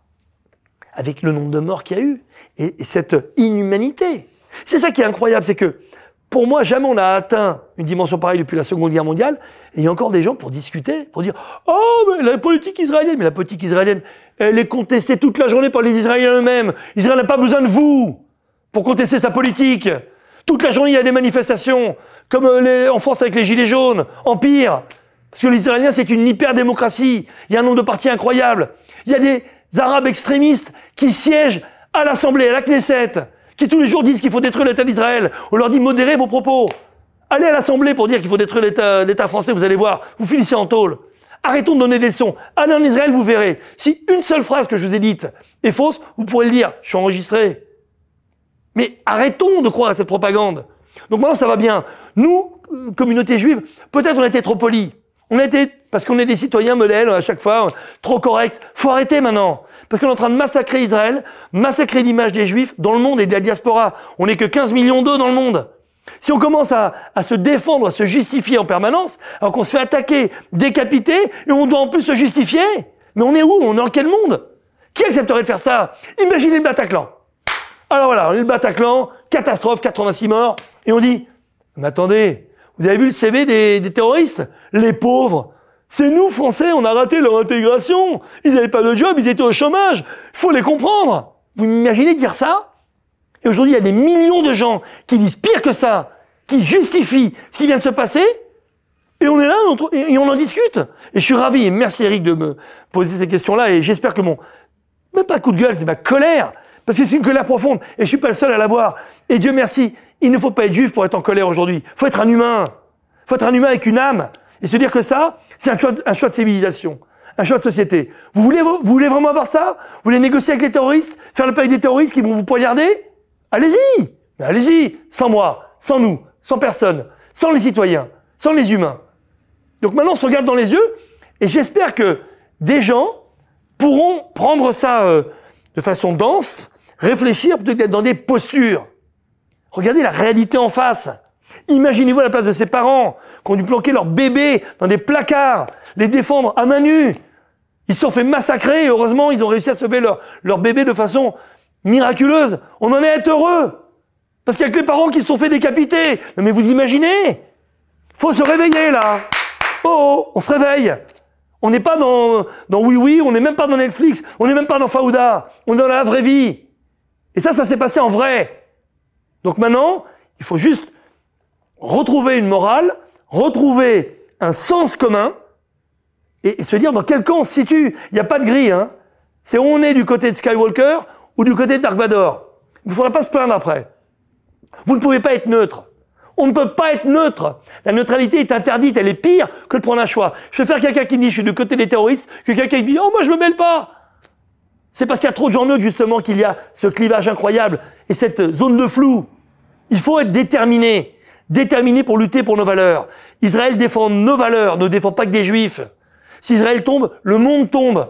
Avec le nombre de morts qu'il y a eu, et, et cette inhumanité. C'est ça qui est incroyable, c'est que, pour moi, jamais on a atteint une dimension pareille depuis la Seconde Guerre mondiale, et il y a encore des gens pour discuter, pour dire « Oh, mais la politique israélienne !» Mais la politique israélienne, elle est contestée toute la journée par les Israéliens eux-mêmes. Israël n'a pas besoin de vous pour contester sa politique. Toute la journée, il y a des manifestations, comme les, en France avec les Gilets jaunes, en pire. Parce que les Israéliens, c'est une hyper-démocratie. Il y a un nombre de partis incroyable. Il y a des Arabes extrémistes qui siègent à l'Assemblée, à la Knesset, qui tous les jours disent qu'il faut détruire l'État d'Israël. On leur dit modérez vos propos. Allez à l'Assemblée pour dire qu'il faut détruire l'État, l'État français, vous allez voir, vous finissez en tôle. Arrêtons de donner des leçons. Allez en Israël, vous verrez. Si une seule phrase que je vous ai dite est fausse, vous pourrez le dire. Je suis enregistré. Mais arrêtons de croire à cette propagande. Donc maintenant, ça va bien. Nous, communauté juive, peut-être on a été trop polis. On a été, parce qu'on est des citoyens modèles à chaque fois, trop corrects. Faut arrêter maintenant. Parce qu'on est en train de massacrer Israël, massacrer l'image des Juifs dans le monde et de la diaspora. On n'est que quinze millions d'eux dans le monde. Si on commence à, à se défendre, à se justifier en permanence, alors qu'on se fait attaquer, décapiter, et on doit en plus se justifier, mais on est où? On est dans quel monde? Qui accepterait de faire ça? Imaginez le Bataclan. Alors voilà, on est le Bataclan, catastrophe, quatre-vingt-six morts, et on dit, mais attendez, vous avez vu le C V des, des terroristes? Les pauvres. C'est nous, Français, on a raté leur intégration. Ils n'avaient pas de job, ils étaient au chômage. Il faut les comprendre. Vous imaginez dire ça? Et aujourd'hui, il y a des millions de gens qui disent pire que ça, qui justifient ce qui vient de se passer, et on est là, et on en discute. Et je suis ravi, et merci Eric de me poser ces questions-là, et j'espère que mon, même pas coup de gueule, c'est ma colère, parce que c'est une colère profonde, et je suis pas le seul à l'avoir. Et Dieu merci, il ne faut pas être juif pour être en colère aujourd'hui. Il faut être un humain. Il faut être un humain avec une âme. Et se dire que ça, c'est un choix, un choix de civilisation, un choix de société. Vous voulez, vous voulez vraiment avoir ça? Vous voulez négocier avec les terroristes? Faire le paix avec des terroristes qui vont vous poignarder? Allez-y! Mais allez-y! Sans moi, sans nous, sans personne, sans les citoyens, sans les humains. Donc maintenant, on se regarde dans les yeux, et j'espère que des gens pourront prendre ça euh, de façon dense, réfléchir plutôt que d'être dans des postures. Regardez la réalité en face. Imaginez-vous à la place de ces parents qui ont dû planquer leurs bébés dans des placards, les défendre à main nue. Ils se sont fait massacrer et heureusement, ils ont réussi à sauver leur, leur bébé de façon miraculeuse. On en est à être heureux. Parce qu'il y a que les parents qui se sont fait décapiter. Non mais vous imaginez? Faut se réveiller là. Oh, oh, on se réveille. On n'est pas dans, dans Oui Oui, on n'est même pas dans Netflix, on n'est même pas dans Fauda. On est dans la vraie vie. Et ça, ça s'est passé en vrai. Donc maintenant, il faut juste retrouver une morale, retrouver un sens commun et, et se dire dans quel camp on se situe. Il n'y a pas de grille, hein. C'est on est du côté de Skywalker ou du côté de Dark Vador. Il ne faudra pas se plaindre après. Vous ne pouvez pas être neutre. On ne peut pas être neutre. La neutralité est interdite, elle est pire que de prendre un choix. Je préfère quelqu'un qui me dit je suis du côté des terroristes que quelqu'un qui me dit oh moi je me mêle pas. C'est parce qu'il y a trop de gens neutres justement qu'il y a ce clivage incroyable et cette zone de flou. Il faut être déterminé. Déterminé pour lutter pour nos valeurs. Israël défend nos valeurs, ne défend pas que des juifs. Si Israël tombe, le monde tombe.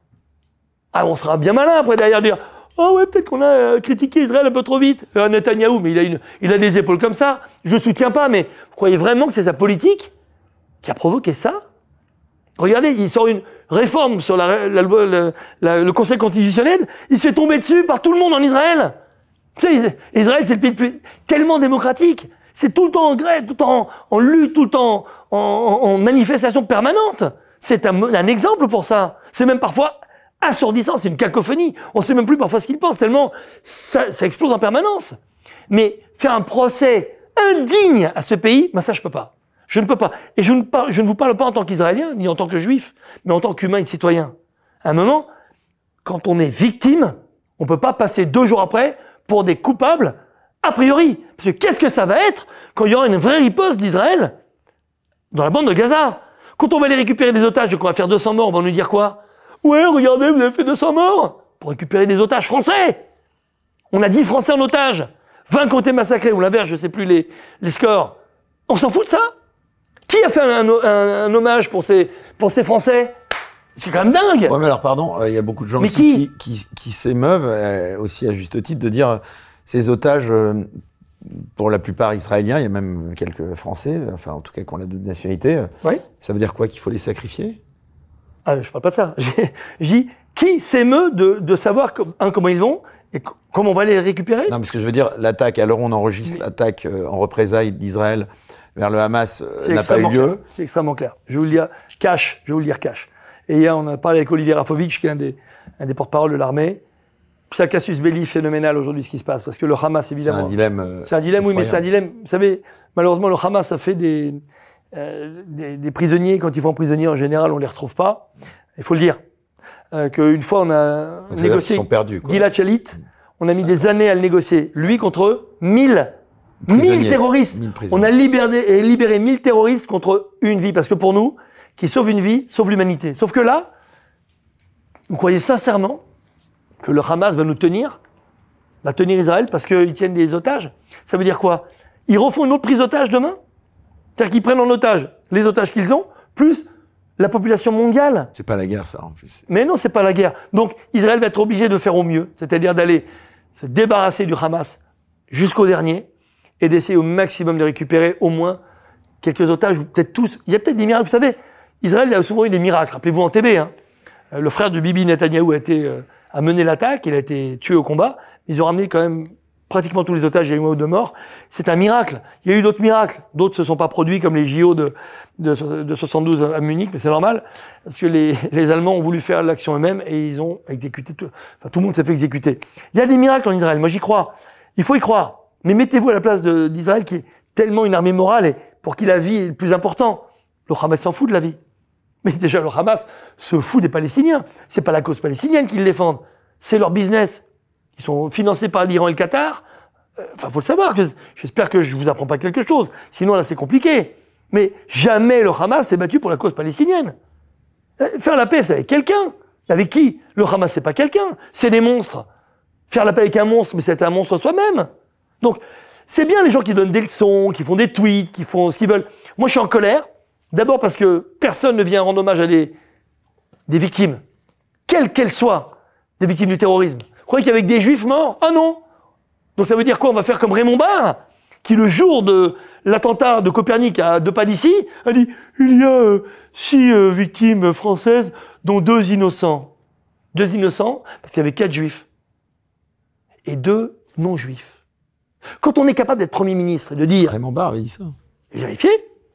Ah, on sera bien malin après derrière dire « Oh ouais, peut-être qu'on a euh, critiqué Israël un peu trop vite. Euh, » Netanyahou, mais il a, une, il a des épaules comme ça. Je ne soutiens pas, mais vous croyez vraiment que c'est sa politique qui a provoqué ça? Regardez, il sort une réforme sur la, la, la, la, le Conseil constitutionnel. Il se fait tomber dessus par tout le monde en Israël. Tu sais, Israël, c'est le pays le plus, tellement démocratique. C'est tout le temps en grève, tout le temps en, en lutte, tout le temps en, en, en manifestation permanente. C'est un, un exemple pour ça. C'est même parfois assourdissant, c'est une cacophonie. On ne sait même plus parfois ce qu'ils pensent, tellement ça, ça explose en permanence. Mais faire un procès indigne à ce pays, ben ça je peux pas. Je ne peux pas. Et je ne, parle, je ne vous parle pas en tant qu'Israélien, ni en tant que Juif, mais en tant qu'humain et citoyen. À un moment, quand on est victime, on ne peut pas passer deux jours après pour des coupables a priori. Parce que qu'est-ce que ça va être quand il y aura une vraie riposte d'Israël dans la bande de Gaza? Quand on va aller récupérer des otages et qu'on va faire deux cents morts, on va nous dire quoi? Ouais, regardez, vous avez fait deux cents morts pour récupérer des otages français. On a dix Français en otage. vingt qui ont été massacrés, ou l'inverse, je sais plus les, les scores. On s'en fout de ça? Qui a fait un, un, un hommage pour ces, pour ces Français? C'est quand même dingue. Ouais, mais alors pardon, il euh, y a beaucoup de gens mais aussi qui, qui, qui, qui s'émeuvent, euh, aussi à juste titre, de dire... Euh, Ces otages, euh, pour la plupart israéliens, il y a même quelques Français, enfin en tout cas qui ont la double nationalité. Euh, oui. Ça veut dire quoi, qu'il faut les sacrifier? Ah, je parle pas de ça. Je dis, qui s'émeut de, de savoir com- un, comment ils vont et c- comment on va les récupérer? Non, parce que je veux dire, l'attaque, à l'heure où on enregistre, Mais... l'attaque euh, en représailles d'Israël vers le Hamas euh, C'est n'a pas eu lieu. Clair. C'est extrêmement clair. Je vais vous le dire, cash, je vais vous le dire cash. Et hier, on a parlé avec Olivier Rafovitch, qui est un des, un des porte-parole de l'armée. C'est un casus belli phénoménal aujourd'hui ce qui se passe, parce que le Hamas, évidemment... C'est un dilemme... Euh, c'est un dilemme, oui, mais c'est un dilemme... Vous savez, malheureusement, le Hamas a fait des, euh, des, des prisonniers. Quand ils font prisonniers, en général, on les retrouve pas. Il faut le dire. Euh, qu'une fois, on a Donc négocié... Ils sont perdus, quoi. Gilad Shalit, on a mis des années à le négocier. Lui contre mille. mille terroristes. mille on a libéré, libéré mille terroristes contre une vie. Parce que pour nous, qui sauve une vie, sauve l'humanité. Sauf que là, vous croyez sincèrement que le Hamas va nous tenir, va tenir Israël parce qu'ils tiennent des otages? Ça veut dire quoi? Ils refont une autre prise d'otages demain? C'est-à-dire qu'ils prennent en otage les otages qu'ils ont, plus la population mondiale. C'est pas la guerre, ça, en plus. Mais non, c'est pas la guerre. Donc, Israël va être obligé de faire au mieux, c'est-à-dire d'aller se débarrasser du Hamas jusqu'au dernier et d'essayer au maximum de récupérer au moins quelques otages, ou peut-être tous. Il y a peut-être des miracles. Vous savez, Israël a souvent eu des miracles. Rappelez-vous en T B, hein. Le frère de Bibi Netanyahou a été, euh, a mené l'attaque, il a été tué au combat. Ils ont ramené quand même pratiquement tous les otages, il y a eu un ou deux morts. C'est un miracle. Il y a eu d'autres miracles. D'autres se sont pas produits, comme les J O de, de, de soixante-douze à Munich, mais c'est normal, parce que les, les Allemands ont voulu faire l'action eux-mêmes et ils ont exécuté tout, enfin, tout le monde s'est fait exécuter. Il y a des miracles en Israël. Moi, j'y crois. Il faut y croire. Mais mettez-vous à la place de, d'Israël, qui est tellement une armée morale et pour qui la vie est le plus important. Le Hamas s'en fout de la vie. Mais déjà, le Hamas se fout des Palestiniens. C'est pas la cause palestinienne qu'ils défendent. C'est leur business. Ils sont financés par l'Iran et le Qatar. Enfin, faut le savoir. J'espère que je vous apprends pas quelque chose. Sinon, là, c'est compliqué. Mais jamais le Hamas s'est battu pour la cause palestinienne. Faire la paix, c'est avec quelqu'un. Avec qui? Le Hamas, c'est pas quelqu'un. C'est des monstres. Faire la paix avec un monstre, mais c'est un monstre soi-même. Donc, c'est bien les gens qui donnent des leçons, qui font des tweets, qui font ce qu'ils veulent. Moi, je suis en colère. D'abord parce que personne ne vient rendre hommage à des, des victimes, quelles qu'elles soient, des victimes du terrorisme. Vous croyez qu'avec des juifs morts? Ah non! Donc ça veut dire quoi? On va faire comme Raymond Barre, qui le jour de l'attentat de Copernic à deux pas d'ici, a dit « Il y a euh, six euh, victimes françaises, dont deux innocents. » Deux innocents, parce qu'il y avait quatre juifs. Et deux non-juifs. Quand on est capable d'être Premier ministre et de dire... Raymond Barre avait dit ça. Vérifiez.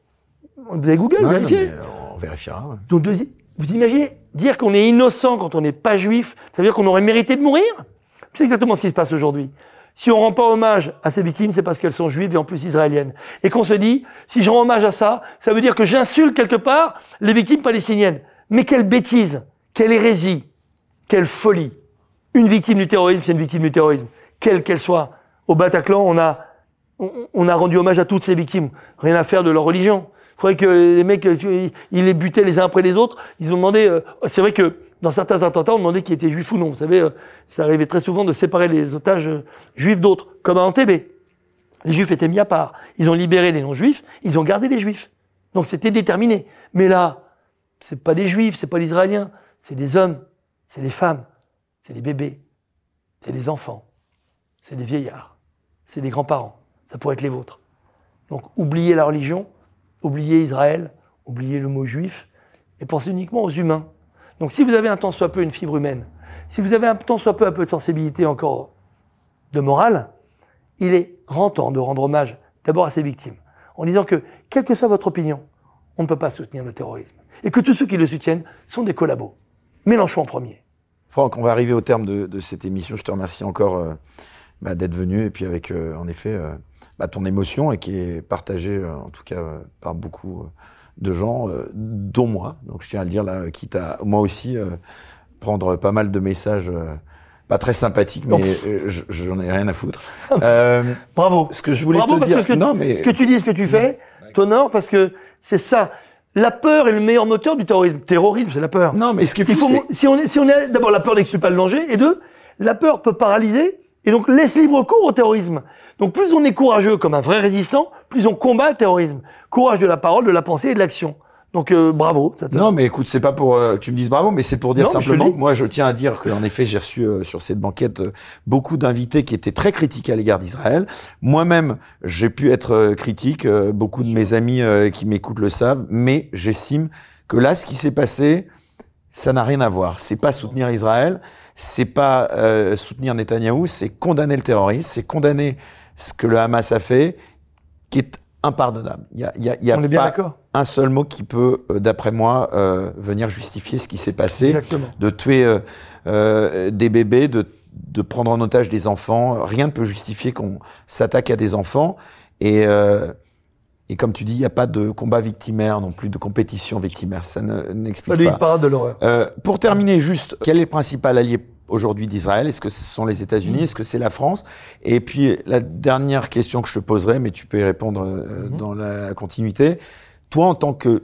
Vous avez Google, non, vérifiez. Non, mais on vérifiera. Ouais. Donc, vous imaginez, dire qu'on est innocent quand on n'est pas juif, ça veut dire qu'on aurait mérité de mourir? C'est exactement ce qui se passe aujourd'hui. Si on rend pas hommage à ces victimes, c'est parce qu'elles sont juives et en plus israéliennes. Et qu'on se dit, si je rends hommage à ça, ça veut dire que j'insulte quelque part les victimes palestiniennes. Mais quelle bêtise, quelle hérésie, quelle folie. Une victime du terrorisme, c'est une victime du terrorisme, quelle qu'elle soit. Au Bataclan, on a, on, on a rendu hommage à toutes ces victimes. Rien à faire de leur religion. Il faudrait que les mecs, ils les butaient les uns après les autres. Ils ont demandé, euh, c'est vrai que dans certains attentats, on demandait qui était juif ou non. Vous savez, euh, ça arrivait très souvent de séparer les otages euh, juifs d'autres, comme à Entebbe. Les juifs étaient mis à part. Ils ont libéré les non-juifs, ils ont gardé les juifs. Donc c'était déterminé. Mais là, c'est pas des juifs, c'est pas les Israéliens, c'est des hommes, c'est des femmes, c'est des bébés, c'est des enfants, c'est des vieillards, c'est des grands-parents. Ça pourrait être les vôtres. Donc oubliez la religion, oubliez Israël, oubliez le mot juif, et pensez uniquement aux humains. Donc si vous avez un tant soit peu une fibre humaine, si vous avez un tant soit peu un peu de sensibilité encore de morale, il est grand temps de rendre hommage d'abord à ces victimes, en disant que, quelle que soit votre opinion, on ne peut pas soutenir le terrorisme. Et que tous ceux qui le soutiennent sont des collabos. Mélenchon en premier. Franck, on va arriver au terme de, de cette émission. Je te remercie encore euh, bah, d'être venu, et puis avec, euh, en effet, euh, bah, ton émotion, et qui est partagée, euh, en tout cas, euh, par beaucoup euh, de gens, euh, dont moi. Donc je tiens à le dire là, quitte à moi aussi euh, prendre pas mal de messages euh, pas très sympathiques, mais euh, j'en ai rien à foutre. Euh, Bravo. Ce que je voulais Bravo, te parce dire, que ce que, non tu, mais ce que tu dis, ce que tu fais, t'honore, parce que c'est ça. La peur est le meilleur moteur du terrorisme. Terrorisme, c'est la peur. Non, mais ce qui est fou, Il faut, c'est... si on est, si on est, d'abord, la peur n'exclut pas le danger, et deux, la peur peut paralyser, et donc laisse libre cours au terrorisme. Donc plus on est courageux comme un vrai résistant, plus on combat le terrorisme. Courage de la parole, de la pensée et de l'action. Donc euh, bravo. Ça te... Non, mais écoute, c'est pas pour euh, que tu me dises bravo, mais c'est pour dire non, simplement que moi, je tiens à dire qu'en effet, j'ai reçu euh, sur cette banquette euh, beaucoup d'invités qui étaient très critiques à l'égard d'Israël. Moi-même, j'ai pu être euh, critique. Euh, beaucoup de mes amis euh, qui m'écoutent le savent, mais j'estime que là, ce qui s'est passé, ça n'a rien à voir. C'est pas soutenir Israël, c'est pas euh, soutenir Netanyahou, c'est condamner le terrorisme, c'est condamner ce que le Hamas a fait, qui est impardonnable. Il y a, il y a, il y a On est bien pas d'accord. un seul mot qui peut, euh, d'après moi, euh, venir justifier ce qui s'est passé, Exactement. de tuer euh, euh, des bébés, de, de prendre en otage des enfants. Rien ne peut justifier qu'on s'attaque à des enfants. Et, euh, et comme tu dis, il n'y a pas de combat victimaire non plus, de compétition victimaire. Ça ne, n'explique Pas pas. de parade de l'horreur. Euh, pour terminer, juste, quel est le principal allié aujourd'hui d'Israël? Est-ce que ce sont les États-Unis? Est-ce que c'est la France? Et puis, la dernière question que je te poserai, mais tu peux y répondre euh, mm-hmm. dans la continuité. Toi, en tant que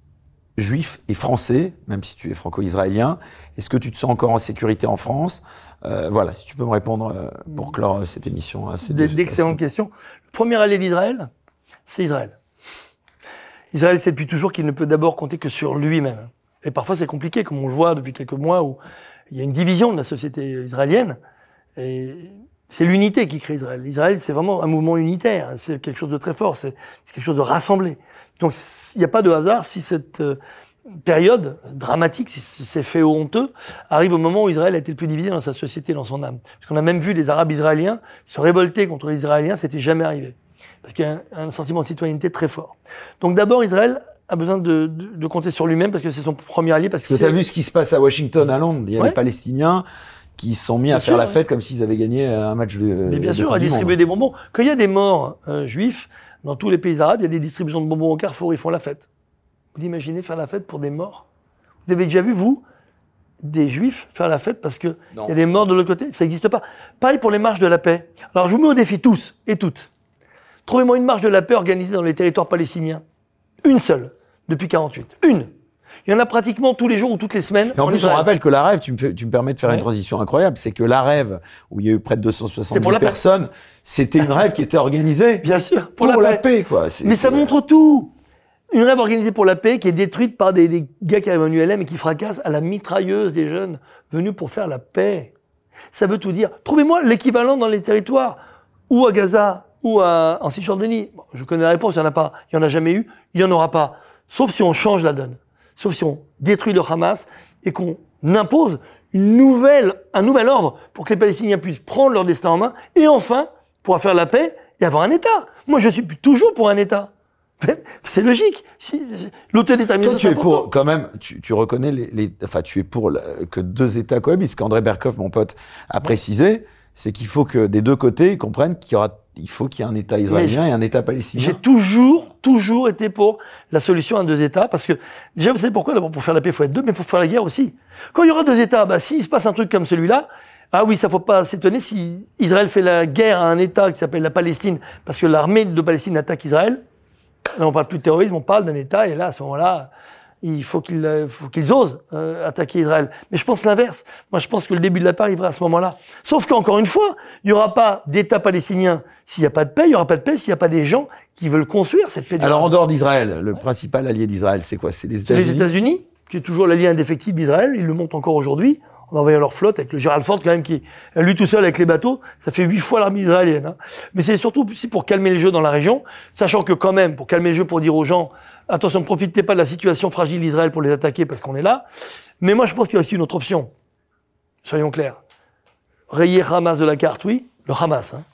juif et français, même si tu es franco-israélien, est-ce que tu te sens encore en sécurité en France? euh, Voilà, si tu peux me répondre euh, pour clore cette émission. Hein, c'est d'excellentes questions. Le premier allié d'Israël, c'est Israël. Israël sait depuis toujours qu'il ne peut d'abord compter que sur lui-même. Et parfois c'est compliqué, comme on le voit depuis quelques mois, où il y a une division de la société israélienne. Et c'est l'unité qui crée Israël. Israël, c'est vraiment un mouvement unitaire. C'est quelque chose de très fort. C'est, c'est quelque chose de rassemblé. Donc il n'y a pas de hasard si cette euh, période dramatique, si ces faits honteux, arrive au moment où Israël a été le plus divisé dans sa société, dans son âme. Parce qu'on a même vu les Arabes israéliens se révolter contre les Israéliens, c'était jamais arrivé. Parce qu'il y a un, un sentiment de citoyenneté très fort. Donc d'abord, Israël a besoin de, de, de compter sur lui-même parce que c'est son premier allié. Parce que, tu as vu ce qui se passe à Washington, à Londres. Il y a ouais. les Palestiniens qui se sont mis bien à faire sûr, la fête ouais. comme s'ils avaient gagné un match de Mais bien de sûr, à distribuer des bonbons. Quand il y a des morts euh, juifs, dans tous les pays arabes, il y a des distributions de bonbons au Carrefour, ils font la fête. Vous imaginez faire la fête pour des morts? Vous avez déjà vu, vous, des juifs faire la fête parce qu'il y a des morts de l'autre côté? Ça n'existe pas. Pareil pour les marches de la paix. Alors je vous mets au défi tous et toutes. Trouvez-moi une marche de la paix organisée dans les territoires palestiniens. Une seule, depuis quarante-huit. Une. Il y en a pratiquement tous les jours ou toutes les semaines. Et en, en plus, Israël. On rappelle que la rêve, tu me, fais, tu me permets de faire ouais. une transition incroyable, c'est que la rêve, où il y a eu près de deux cent soixante-dix personnes, c'était une rêve qui était organisée. Bien sûr. Pour, pour la, la paix. paix, quoi. C'est, Mais c'est... ça montre tout. Une rêve organisée pour la paix qui est détruite par des, des gars qui arrivent en U L M et qui fracassent à la mitrailleuse des jeunes venus pour faire la paix. Ça veut tout dire. Trouvez-moi l'équivalent dans les territoires, ou à Gaza, ou à, en Cisjordanie. Bon, je connais la réponse, il n'y en a pas. Il n'y en a jamais eu, il n'y en aura pas. Sauf si on change la donne. Sauf si on détruit le Hamas et qu'on impose une nouvelle, un nouvel ordre pour que les Palestiniens puissent prendre leur destin en main et enfin pouvoir faire la paix et avoir un État. Moi, je suis toujours pour un État. C'est logique. Si, l'autodétermination. Toi, tu es pour, quand même, tu, tu reconnais les, les, enfin, tu es pour la, que deux États cohabitent. Ce qu'André Berkoff, mon pote, a précisé, c'est qu'il faut que des deux côtés, ils comprennent qu'il y aura, il faut qu'il y ait un État israélien et un État palestinien. J'ai toujours, toujours été pour la solution à deux États, parce que, déjà, vous savez pourquoi? D'abord, pour faire la paix, il faut être deux, mais pour faire la guerre aussi. Quand il y aura deux États, bah, s'il se passe un truc comme celui-là, ah oui, ça faut pas s'étonner si Israël fait la guerre à un État qui s'appelle la Palestine, parce que l'armée de Palestine attaque Israël. Là, on parle plus de terrorisme, on parle d'un État, et là, à ce moment-là, il faut qu'ils, faut qu'ils osent euh, attaquer Israël. Mais je pense l'inverse. Moi, je pense que le début de la paix arrivera à ce moment-là. Sauf qu'encore une fois, il n'y aura pas d'État palestinien s'il n'y a pas de paix, il n'y aura pas de paix s'il n'y a pas des gens qui veulent construire cette paix. Alors, en dehors d'Israël, le ouais. principal allié d'Israël, c'est quoi? C'est les États-Unis? C'est les États-Unis, qui est toujours l'allié indéfectible d'Israël. Ils le montrent encore aujourd'hui. On va envoyer leur flotte avec le Gerald Ford, quand même, qui, lui tout seul avec les bateaux, ça fait huit fois l'armée israélienne, hein. Mais c'est surtout aussi pour calmer les jeux dans la région, sachant que quand même, pour calmer les jeux, pour dire aux gens, attention, ne profitez pas de la situation fragile d'Israël pour les attaquer parce qu'on est là. Mais moi, je pense qu'il y a aussi une autre option. Soyons clairs. Rayer Hamas de la carte, oui. Le Hamas, hein.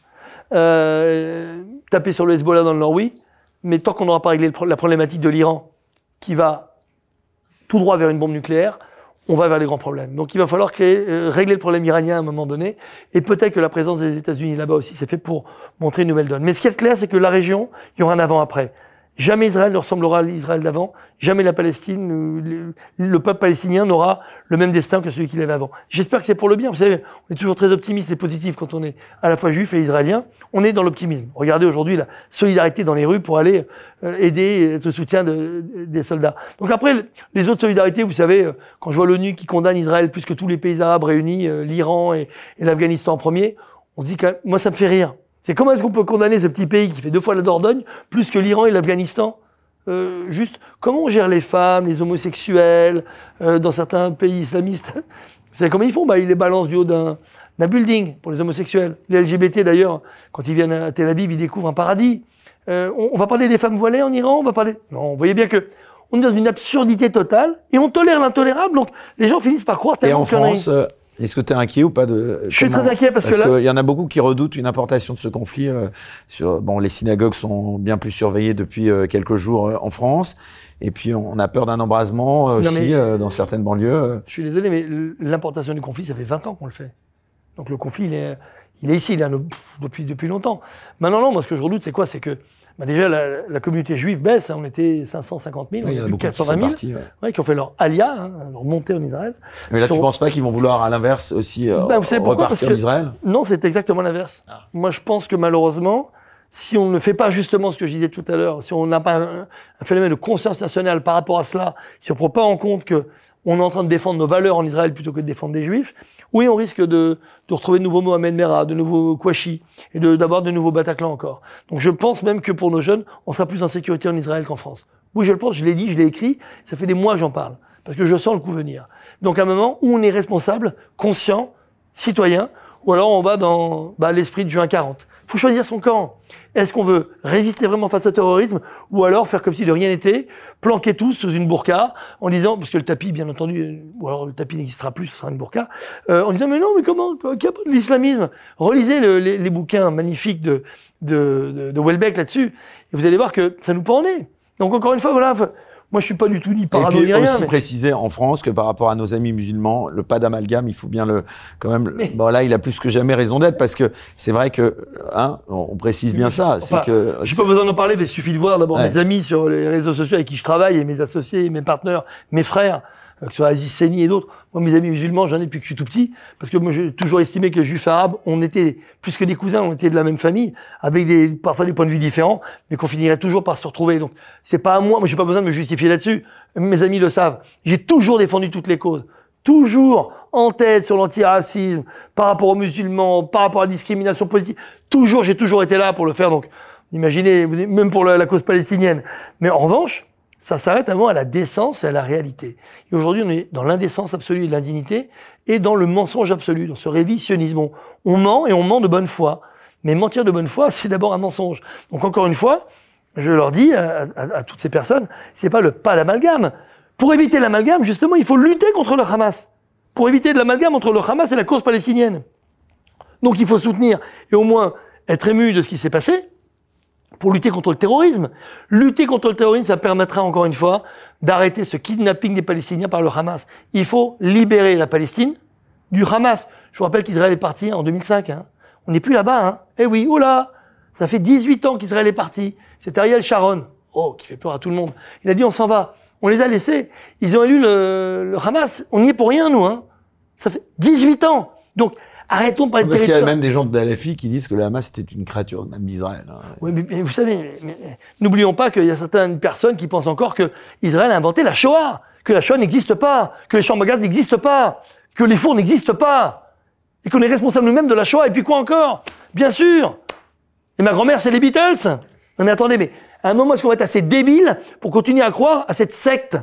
Euh, taper sur le Hezbollah dans le Nord, oui. Mais tant qu'on n'aura pas réglé le, la problématique de l'Iran, qui va tout droit vers une bombe nucléaire, on va vers les grands problèmes. Donc il va falloir créer, euh, régler le problème iranien à un moment donné, et peut-être que la présence des États-Unis là-bas aussi, c'est fait pour montrer une nouvelle donne. Mais ce qui est clair, c'est que la région, il y aura un avant-après. Jamais Israël ne ressemblera à l'Israël d'avant, jamais la Palestine, le, le peuple palestinien n'aura le même destin que celui qu'il avait avant. J'espère que c'est pour le bien. Vous savez, on est toujours très optimiste et positif quand on est à la fois juif et israélien. On est dans l'optimisme. Regardez aujourd'hui la solidarité dans les rues pour aller euh, aider ce soutien de, de, des soldats. Donc après, les autres solidarités, vous savez, quand je vois l'ONU qui condamne Israël plus que tous les pays arabes réunis, euh, l'Iran et, et l'Afghanistan en premier, on se dit que moi ça me fait rire. C'est comment est-ce qu'on peut condamner ce petit pays qui fait deux fois la Dordogne, plus que l'Iran et l'Afghanistan? Euh, juste, comment on gère les femmes, les homosexuels, euh, dans certains pays islamistes? Vous savez comment ils font? Bah, ils les balancent du haut d'un, d'un building pour les homosexuels. Les L G B T, d'ailleurs, quand ils viennent à Tel Aviv, ils découvrent un paradis. Euh, on, on va parler des femmes voilées en Iran, on va parler... Non, vous voyez bien que on est dans une absurdité totale, et on tolère l'intolérable, donc les gens finissent par croire tellement. Et en France... Euh... Est-ce que tu es inquiet ou pas de Je suis très inquiet parce, parce que là, qu'il y en a beaucoup qui redoutent une importation de ce conflit. Euh, sur bon, les synagogues sont bien plus surveillées depuis euh, quelques jours euh, en France, et puis on a peur d'un embrasement euh, aussi mais, euh, dans certaines banlieues. Je suis désolé, mais l'importation du conflit, ça fait vingt ans qu'on le fait. Donc le conflit, il est, il est ici, il est là, depuis depuis longtemps. Maintenant, non, moi ce que je redoute, c'est quoi? C'est que bah déjà, la, la communauté juive baisse, hein, on était cinq cent cinquante mille, oui, on est plus de quatre cent vingt mille, partis, ouais. Ouais, qui ont fait leur alia, hein, leur montée en Israël. Mais là, sont... tu penses pas qu'ils vont vouloir, à l'inverse, aussi euh, ben, vous savez pourquoi? repartir Parce que... d'Israël? Non, c'est exactement l'inverse. Ah. Moi, je pense que malheureusement, si on ne fait pas justement ce que je disais tout à l'heure, si on n'a pas un, un phénomène de conscience nationale par rapport à cela, si on ne prend pas en compte que on est en train de défendre nos valeurs en Israël plutôt que de défendre des Juifs, oui, on risque de, de retrouver de nouveaux Mohamed Merah, de nouveaux Kouachi, et de, d'avoir de nouveaux Bataclan encore. Donc je pense même que pour nos jeunes, on sera plus en sécurité en Israël qu'en France. Oui, je le pense, je l'ai dit, je l'ai écrit, ça fait des mois que j'en parle, parce que je sens le coup venir. Donc à un moment où on est responsable, conscient, citoyen, ou alors on va dans bah, l'esprit de juin quarante. Il faut choisir son camp. Est-ce qu'on veut résister vraiment face au terrorisme, ou alors faire comme si de rien n'était, planquer tout sous une burqa, en disant, parce que le tapis, bien entendu, ou alors le tapis n'existera plus, ce sera une burqa, euh, en disant, mais non, mais comment, qu'il y a pas de l'islamisme? Relisez le, les, les bouquins magnifiques de, de, de, de Houellebecq là-dessus, et vous allez voir que ça nous pend en nez. Donc encore une fois, voilà, moi je suis pas du tout ni parano ni rien. Et puis aussi mais... préciser en France que par rapport à nos amis musulmans, le pas d'amalgame, il faut bien le, quand même, mais... bon là il a plus que jamais raison d'être parce que c'est vrai que, hein, on précise bien ça, enfin, c'est que. J'ai pas besoin d'en parler, mais il suffit de voir d'abord ouais. mes amis sur les réseaux sociaux avec qui je travaille et mes associés, mes partenaires, mes frères, que ce soit Aziz Seni et d'autres. Moi, mes amis musulmans, j'en ai depuis que je suis tout petit, parce que moi, j'ai toujours estimé que les juifs arabes, on était plus que des cousins, on était de la même famille, avec des, parfois des points de vue différents, mais qu'on finirait toujours par se retrouver. Donc, c'est pas à moi, moi, j'ai pas besoin de me justifier là-dessus. Mes amis le savent. J'ai toujours défendu toutes les causes. Toujours en tête sur l'antiracisme, par rapport aux musulmans, par rapport à la discrimination positive. Toujours, j'ai toujours été là pour le faire. Donc, imaginez, même pour la, la cause palestinienne. Mais en revanche, ça s'arrête à un moment à la décence et à la réalité. Et aujourd'hui, on est dans l'indécence absolue et l'indignité et dans le mensonge absolu, dans ce révisionnisme. On, on ment et on ment de bonne foi. Mais mentir de bonne foi, c'est d'abord un mensonge. Donc encore une fois, je leur dis à, à, à toutes ces personnes, c'est pas le pas d'amalgame. Pour éviter l'amalgame, justement, il faut lutter contre le Hamas. Pour éviter de l'amalgame entre le Hamas et la cause palestinienne. Donc il faut soutenir et au moins être ému de ce qui s'est passé, pour lutter contre le terrorisme. Lutter contre le terrorisme, ça permettra encore une fois d'arrêter ce kidnapping des Palestiniens par le Hamas. Il faut libérer la Palestine du Hamas. Je vous rappelle qu'Israël est parti en deux mille cinq. Hein. On n'est plus là-bas. Hein. Eh oui, oh là, ça fait dix-huit ans qu'Israël est parti. C'est Ariel Sharon, oh, qui fait peur à tout le monde. Il a dit on s'en va. On les a laissés. Ils ont élu le, le Hamas. On n'y est pour rien, nous. Hein. Ça fait dix-huit ans. Donc, arrêtons pas de Parce qu'il y a même des gens de la F I qui disent que le Hamas c'était une créature même d'Israël. Hein. Oui, mais, mais vous savez, mais, mais, n'oublions pas qu'il y a certaines personnes qui pensent encore que Israël a inventé la Shoah, que la Shoah n'existe pas, que les chambres à gaz n'existent pas, que les fours n'existent pas, et qu'on est responsable nous-mêmes de la Shoah. Et puis quoi encore? Bien sûr. Et ma grand-mère, c'est les Beatles. Non mais attendez, mais à un moment, est-ce qu'on va être assez débile pour continuer à croire à cette secte?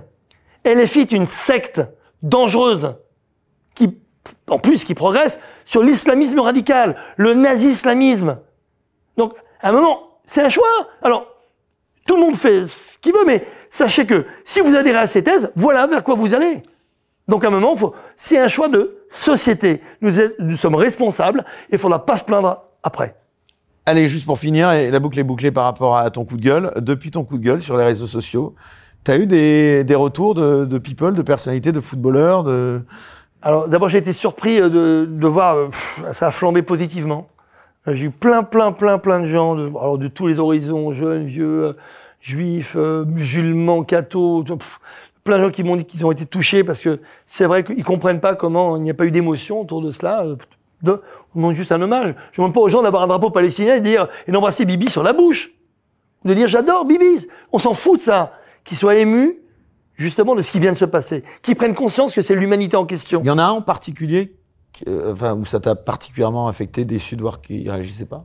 L F I est une secte dangereuse qui, en plus, qui progresse sur l'islamisme radical, le nazi-islamisme. Donc, à un moment, c'est un choix. Alors, tout le monde fait ce qu'il veut, mais sachez que si vous adhérez à ces thèses, voilà vers quoi vous allez. Donc, à un moment, faut, c'est un choix de société. Nous, êtes, nous sommes responsables et il ne faudra pas se plaindre après. Allez, juste pour finir, et la boucle est bouclée par rapport à ton coup de gueule. Depuis ton coup de gueule sur les réseaux sociaux, tu as eu des, des retours de, de people, de personnalités, de footballeurs, de... Alors, d'abord, j'ai été surpris de, de voir, pff, ça a flambé positivement. J'ai eu plein, plein, plein, plein de gens, de, alors de tous les horizons, jeunes, vieux, euh, juifs, euh, musulmans, cathos, pff, plein de gens qui m'ont dit qu'ils ont été touchés parce que c'est vrai qu'ils comprennent pas comment il n'y a pas eu d'émotion autour de cela. Euh, de, on demande juste un hommage. Je ne demande pas aux gens d'avoir un drapeau palestinien et de dire, et d'embrasser Bibi sur la bouche. De dire, j'adore Bibi. On s'en fout de ça. Qu'ils soient émus, justement, de ce qui vient de se passer. Qu'ils prennent conscience que c'est l'humanité en question. Il y en a un en particulier, qui, euh, enfin, où ça t'a particulièrement affecté, déçu de voir qu'il réagissait pas?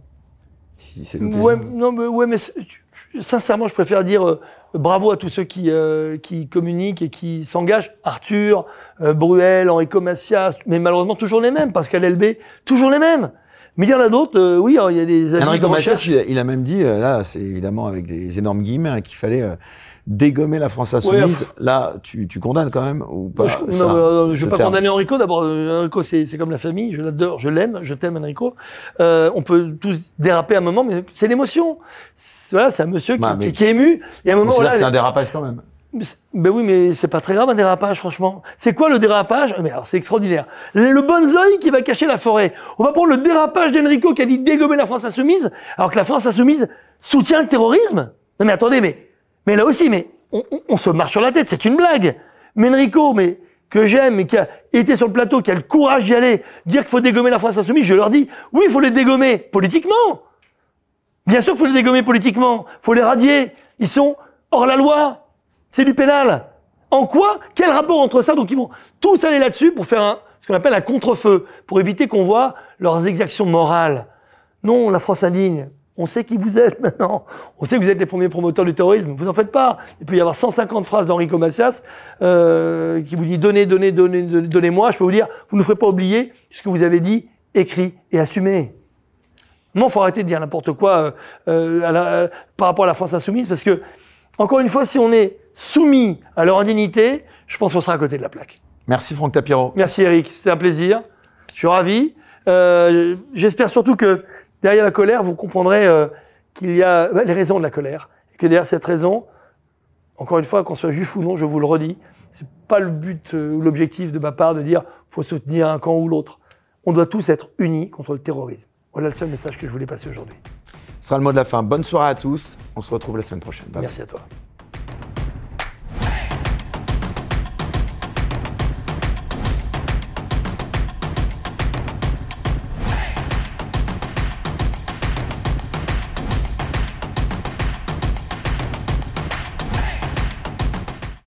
Si c'est ouais, non, mais, ouais, mais sincèrement, je préfère dire euh, bravo à tous ceux qui, euh, qui communiquent et qui s'engagent. Arthur, euh, Bruel, Enrico Macias, mais malheureusement toujours les mêmes. Pascal Elbé, toujours les mêmes. Mais il y en a d'autres, euh, oui, alors, il y a des avis Enrico de Macias, il, il a même dit, euh, là, c'est évidemment avec des énormes guillemets, hein, qu'il fallait euh, dégommer la France insoumise. Ouais, là, tu, tu condamnes quand même ou pas? Je, ça, non, euh, je veux pas terme. condamner Enrico. D'abord, euh, Enrico, c'est, c'est comme la famille. Je l'adore, je l'aime, je t'aime, Enrico. Euh, on peut tous déraper à un moment, mais c'est l'émotion. C'est, voilà, c'est un monsieur qui, bah, qui, qui est ému. Et à un moment, c'est, là, c'est un dérapage quand même. Ben oui, mais c'est pas très grave un dérapage, franchement. C'est quoi le dérapage? Mais alors, c'est extraordinaire. Le bonsaï qui va cacher la forêt. On va prendre le dérapage d'Enrico qui a dit dégommer la France insoumise, alors que la France insoumise soutient le terrorisme. Non mais attendez, mais mais là aussi, mais on, on, on se marche sur la tête, c'est une blague. Mais Enrico, mais que j'aime, mais qui a été sur le plateau, qui a le courage d'y aller, dire qu'il faut dégommer la France insoumise, je leur dis, oui, il faut les dégommer politiquement. Bien sûr, il faut les dégommer politiquement. Il faut les radier. Ils sont hors la loi. C'est du pénal. En quoi? Quel rapport entre ça? Donc ils vont tous aller là-dessus pour faire un, ce qu'on appelle un contre-feu, pour éviter qu'on voit leurs exactions morales. Non, la France indigne, On sait qui vous êtes maintenant. On sait que vous êtes les premiers promoteurs du terrorisme. Vous en faites pas. Il peut y avoir cent cinquante phrases d'Enrico Macias euh, qui vous dit donnez, donnez, donnez, donnez-moi. Je peux vous dire, vous ne ferez pas oublier ce que vous avez dit, écrit et assumé. Non, faut arrêter de dire n'importe quoi euh, à la, à, par rapport à la France insoumise, parce que encore une fois, si on est soumis à leur indignité, je pense qu'on sera à côté de la plaque. Merci Franck Tapiro. Merci Eric, c'était un plaisir. Je suis ravi. Euh, j'espère surtout que derrière la colère, vous comprendrez euh, qu'il y a bah, les raisons de la colère. Et que derrière cette raison, encore une fois, qu'on soit juif ou non, je vous le redis, c'est pas le but euh, ou l'objectif de ma part de dire faut soutenir un camp ou l'autre. On doit tous être unis contre le terrorisme. Voilà le seul message que je voulais passer aujourd'hui. Ce sera le mot de la fin. Bonne soirée à tous. On se retrouve la semaine prochaine. Bye. Merci à toi.